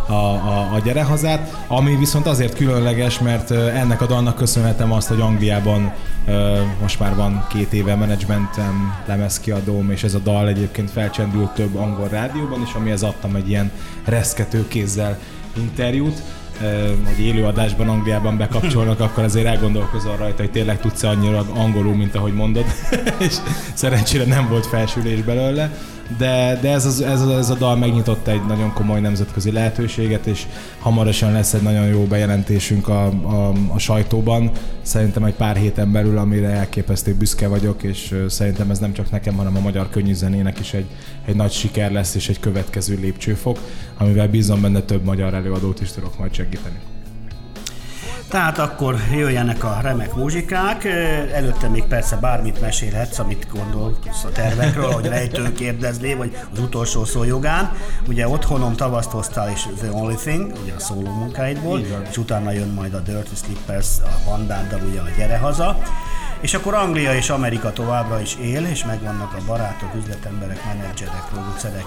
a Gyere Hazát, ami viszont azért különleges, mert ennek a dalnak köszönhetem azt, hogy Angliában most már van 2 éve menedzsmentem, lemezkiadóm, és ez a dal egyébként felcsendült több angol rádióban is, amihez adtam egy ilyen reszkető kézzel interjút, hogy élőadásban Angliában bekapcsolnak, akkor azért elgondolkozol rajta, hogy tényleg tudsz annyira angolul, mint ahogy mondod, és szerencsére nem volt felsülés belőle, de ez a dal megnyitott egy nagyon komoly nemzetközi lehetőséget, és hamarosan lesz egy nagyon jó bejelentésünk a sajtóban, szerintem egy pár héten belül, amire elképesztő büszke vagyok, és szerintem ez nem csak nekem, hanem a magyar könnyűzenének is egy nagy siker lesz, és egy következő lépcsőfok, amivel bízom benne több magyar előadót is tudok majd segíteni.
Tehát akkor jöjjenek a remek muzsikák. Előtte még persze bármit mesélhetsz, amit gondolsz a tervekről, hogy rejtőn kérdezné, vagy az utolsó szó jogán. Ugye otthonom tavaszt hoztál és The Only Thing, ugye a szóló munkáidból, és utána jön majd a Dirty Slippers a bandáddal, ugye a Gyere haza. És akkor Anglia és Amerika továbbra is él, és megvannak a barátok, üzletemberek, menedzserek, producerek,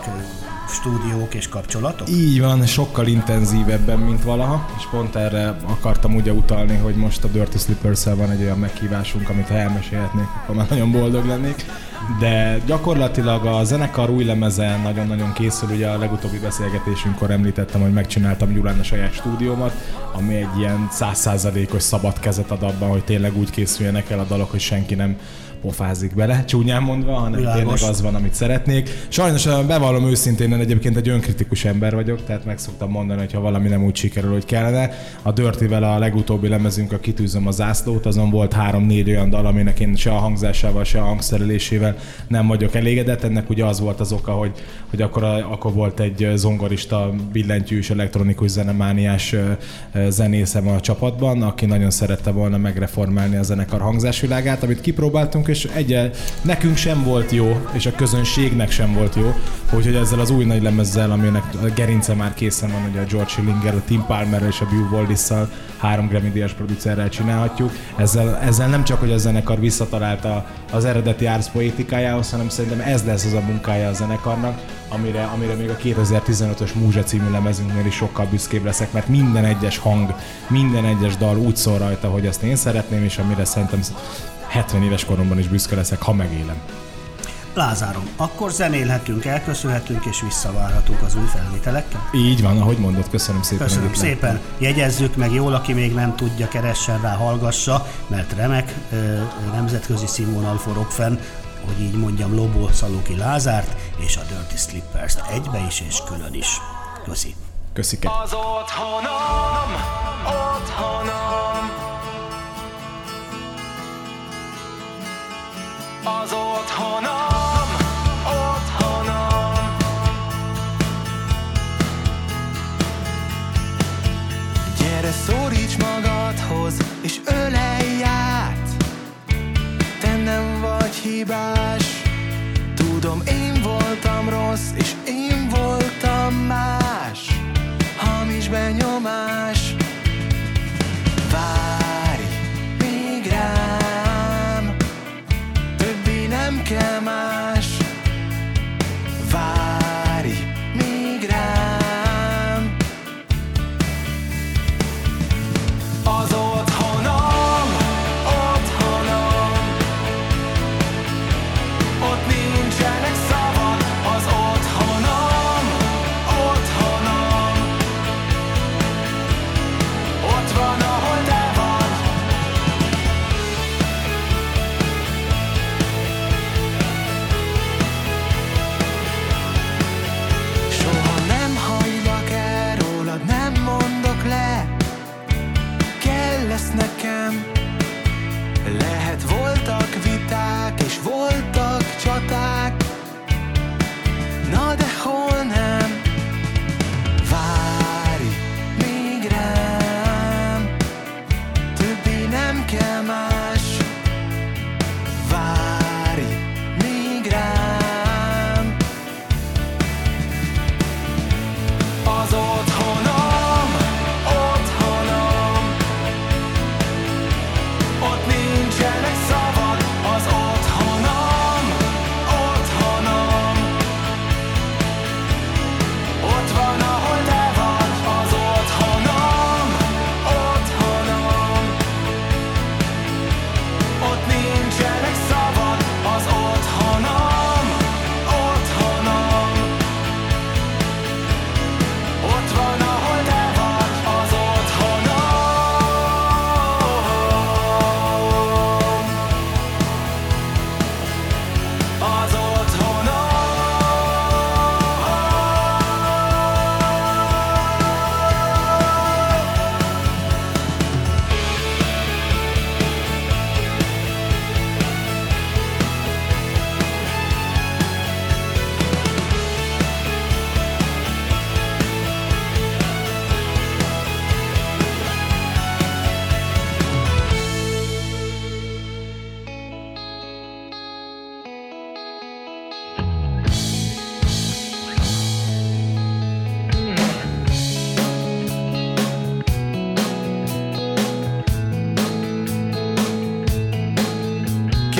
stúdiók és kapcsolatok?
Így van, sokkal intenzívebben, mint valaha, és pont erre akartam ugye utalni, hogy most a Dirty Slippers-szel van egy olyan meghívásunk, amit ha elmesélhetnék, akkor már nagyon boldog lennék. De gyakorlatilag a zenekar új lemeze nagyon-nagyon készül, ugye a legutóbbi beszélgetésünkkor említettem, hogy megcsináltam Gyulán a saját stúdiómat, ami egy ilyen 100%-os szabad kezet ad abban, hogy tényleg úgy készüljenek el a dalok, hogy senki nem pofázik bele, csúnyán mondva, hanem
Világos.
tényleg az van, amit szeretnék. Sajnos bevallom őszintén, én egyébként egy önkritikus ember vagyok, tehát meg szoktam mondani, hogy ha valami nem úgy sikerül, hogy kellene. A Dirty-vel a legutóbbi lemezünk, a Kitűzöm a zászlót, azon volt 3-4 olyan dal, aminek én se a hangzásával, se a hangszerelésével nem vagyok elégedett. Ennek ugye az volt az oka, hogy akkor volt egy zongorista, billentyűs, elektronikus zenemániás zenészem a csapatban, aki nagyon szerette volna megreformálni a zenekar hangzásvilágát, amit kipróbáltunk, és nekünk sem volt jó, és a közönségnek sem volt jó, hogy ezzel az új nagy lemezzel, aminek a gerince már készen van, ugye a George Schillinger, a Tim Palmerrel és a Beau Waldisszal, 3 Grammy-díjas producerrel csinálhatjuk. Ezzel nem csak, hogy a zenekar visszatalálta az eredeti Ars poétikájához, hanem szerintem ez lesz az a munkája a zenekarnak, amire még a 2015-ös Múzsa című lemezünknél is sokkal büszkébb leszek, mert minden egyes hang, minden egyes dal úgy szól rajta, hogy ezt én szeretném, és amire szerintem 70 éves koromban is büszke leszek, ha megélem.
Lázárom, akkor zenélhetünk, elköszönhetünk és visszavárhatunk az új felvételekkel?
Így van, ahogy mondod, köszönöm szépen.
Köszönöm szépen, jegyezzük meg jól, aki még nem tudja, keressen rá, hallgassa, mert remek nemzetközi színvonal forog fenn, hogy így mondjam, Lobó Szalóki Lázárt és a Dirty Slippers-t egybe is és külön is. Köszi.
Köszike.
Az otthonom, otthonom. Az otthonom, otthonom. Gyere, szoríts magadhoz, és ölelj át. Te nem vagy hibás. Tudom, én voltam rossz, és én voltam más. Hamis benyomás. Várj még rám, többé nem kell más. Várj még rám. Az otthonom,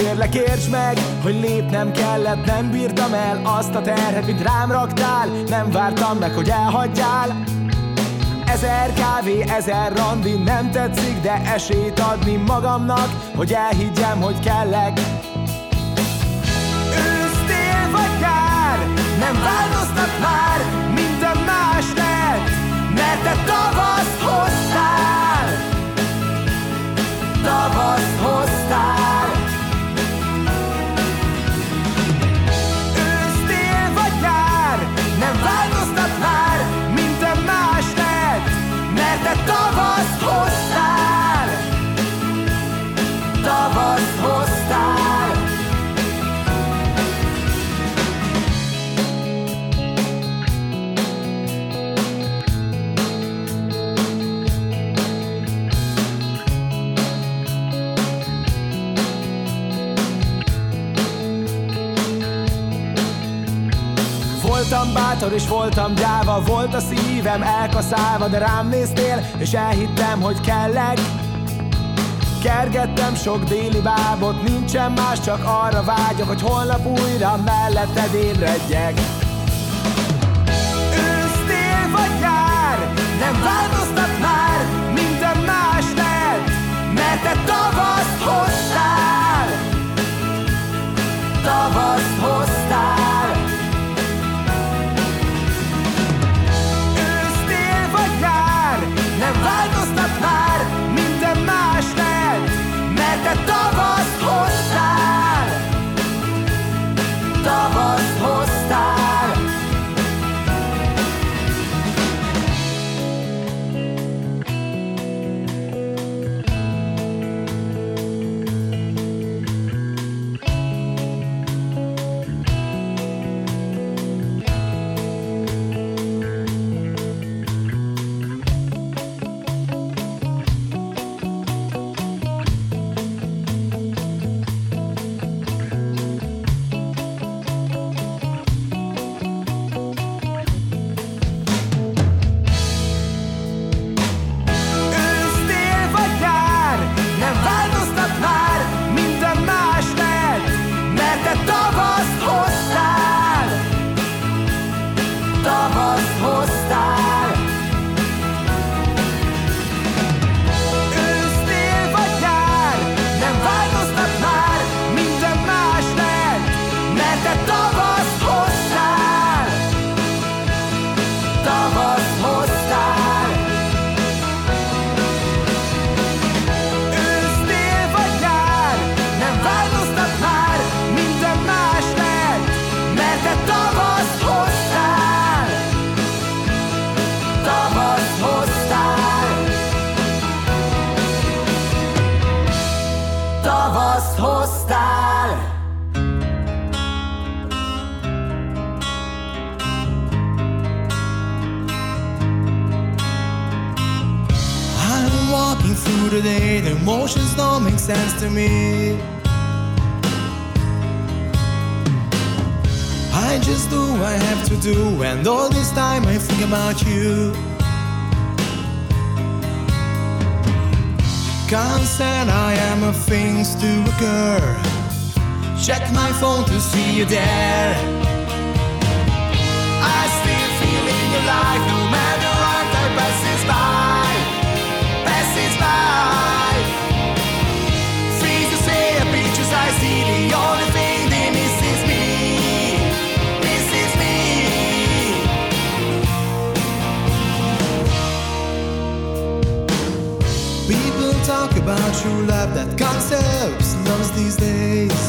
kérlek értsd meg, hogy lépnem kellett, nem bírtam el azt a terhet, mint rám raktál. Nem vártam meg, hogy elhagyjál. 1000 kávé, 1000 randi, nem tetszik, de esélyt adni magamnak, hogy elhiggyem, hogy kellek. Ősztél vagy nyár, nem változtat már, minden más lett, mert te tavaszt hoztál. Tavaszt hoztál. Ősztél vagy nyár, nem változtat már, minden más lett, mert te tavaszt hoztál. Tavaszt hoztál. Voltam bátor és voltam gyáva, volt a szívem elkaszálva, de rám néztél és elhittem, hogy kellek. Kergettem sok déli bábot, nincsen más, csak arra vágyok, hogy holnap újra melletted ébredjek. Ősztél vagy nyár, nem változtat már, minden más lett, mert te tavaszt hoztál. Tavaszt hoztál. Nem változtat már, minden más lett, mert te tavaszt hoztál. Tavaszt hoztál.
Today the emotions don't make sense to me. I just do what I have to do, and all this time I think about you. Constant I am of things to occur. Check my phone to see you there. I still feel in your life, no matter what time passes by. Passes by. Freeze to say the pictures I see, the only thing they miss is me. Misses me. People talk about true love, that concept's lost these days.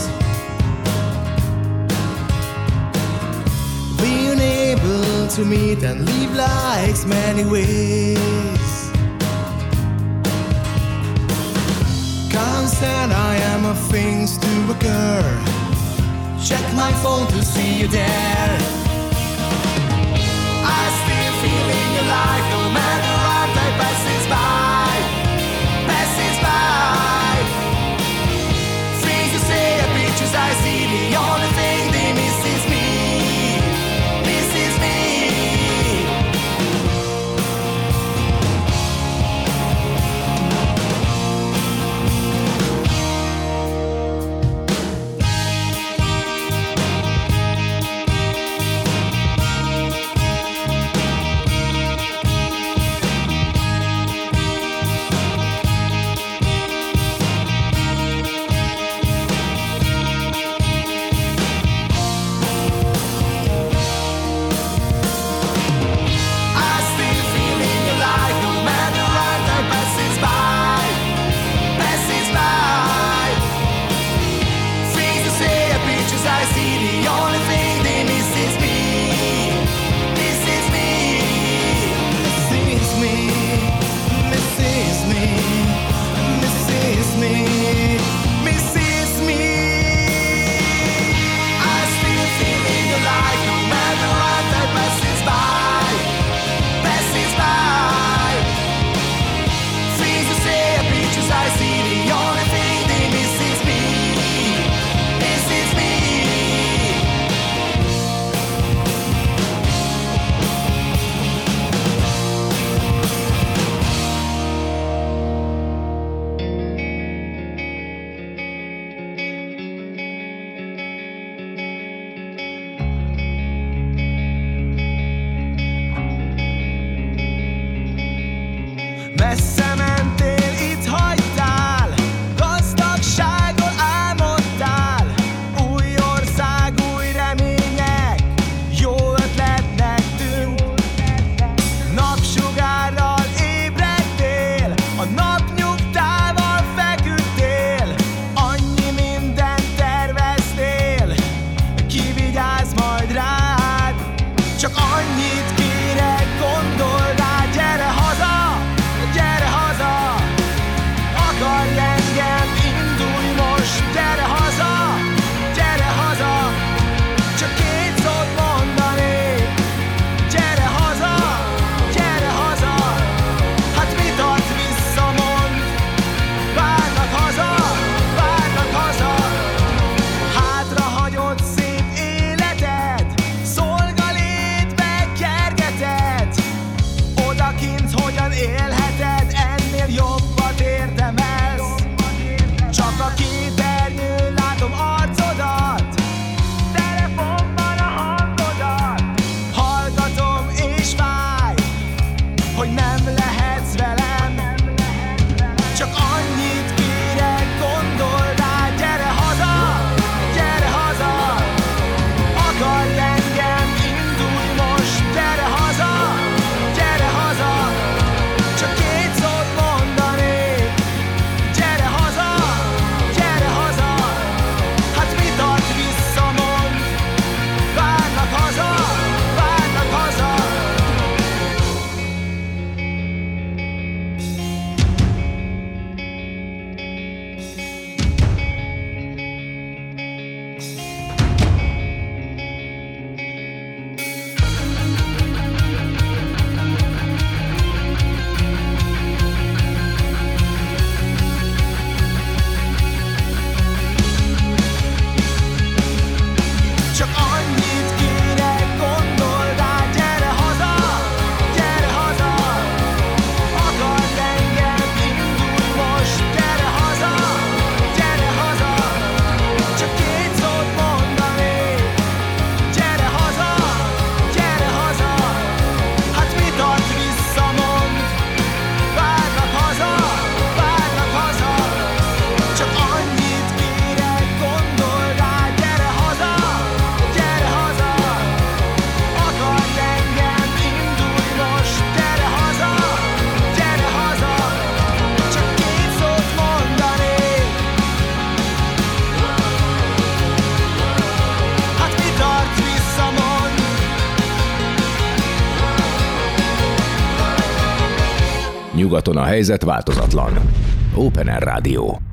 Being able to meet and live life's many ways. Constant I am of things to occur. Check my phone to see you there. I still feel in your life, no matter what time passes by. Passes by. Things you say are pictures I see, the only thing they miss is me. Misses me.
Nyugaton a helyzet változatlan. Open Air Rádió.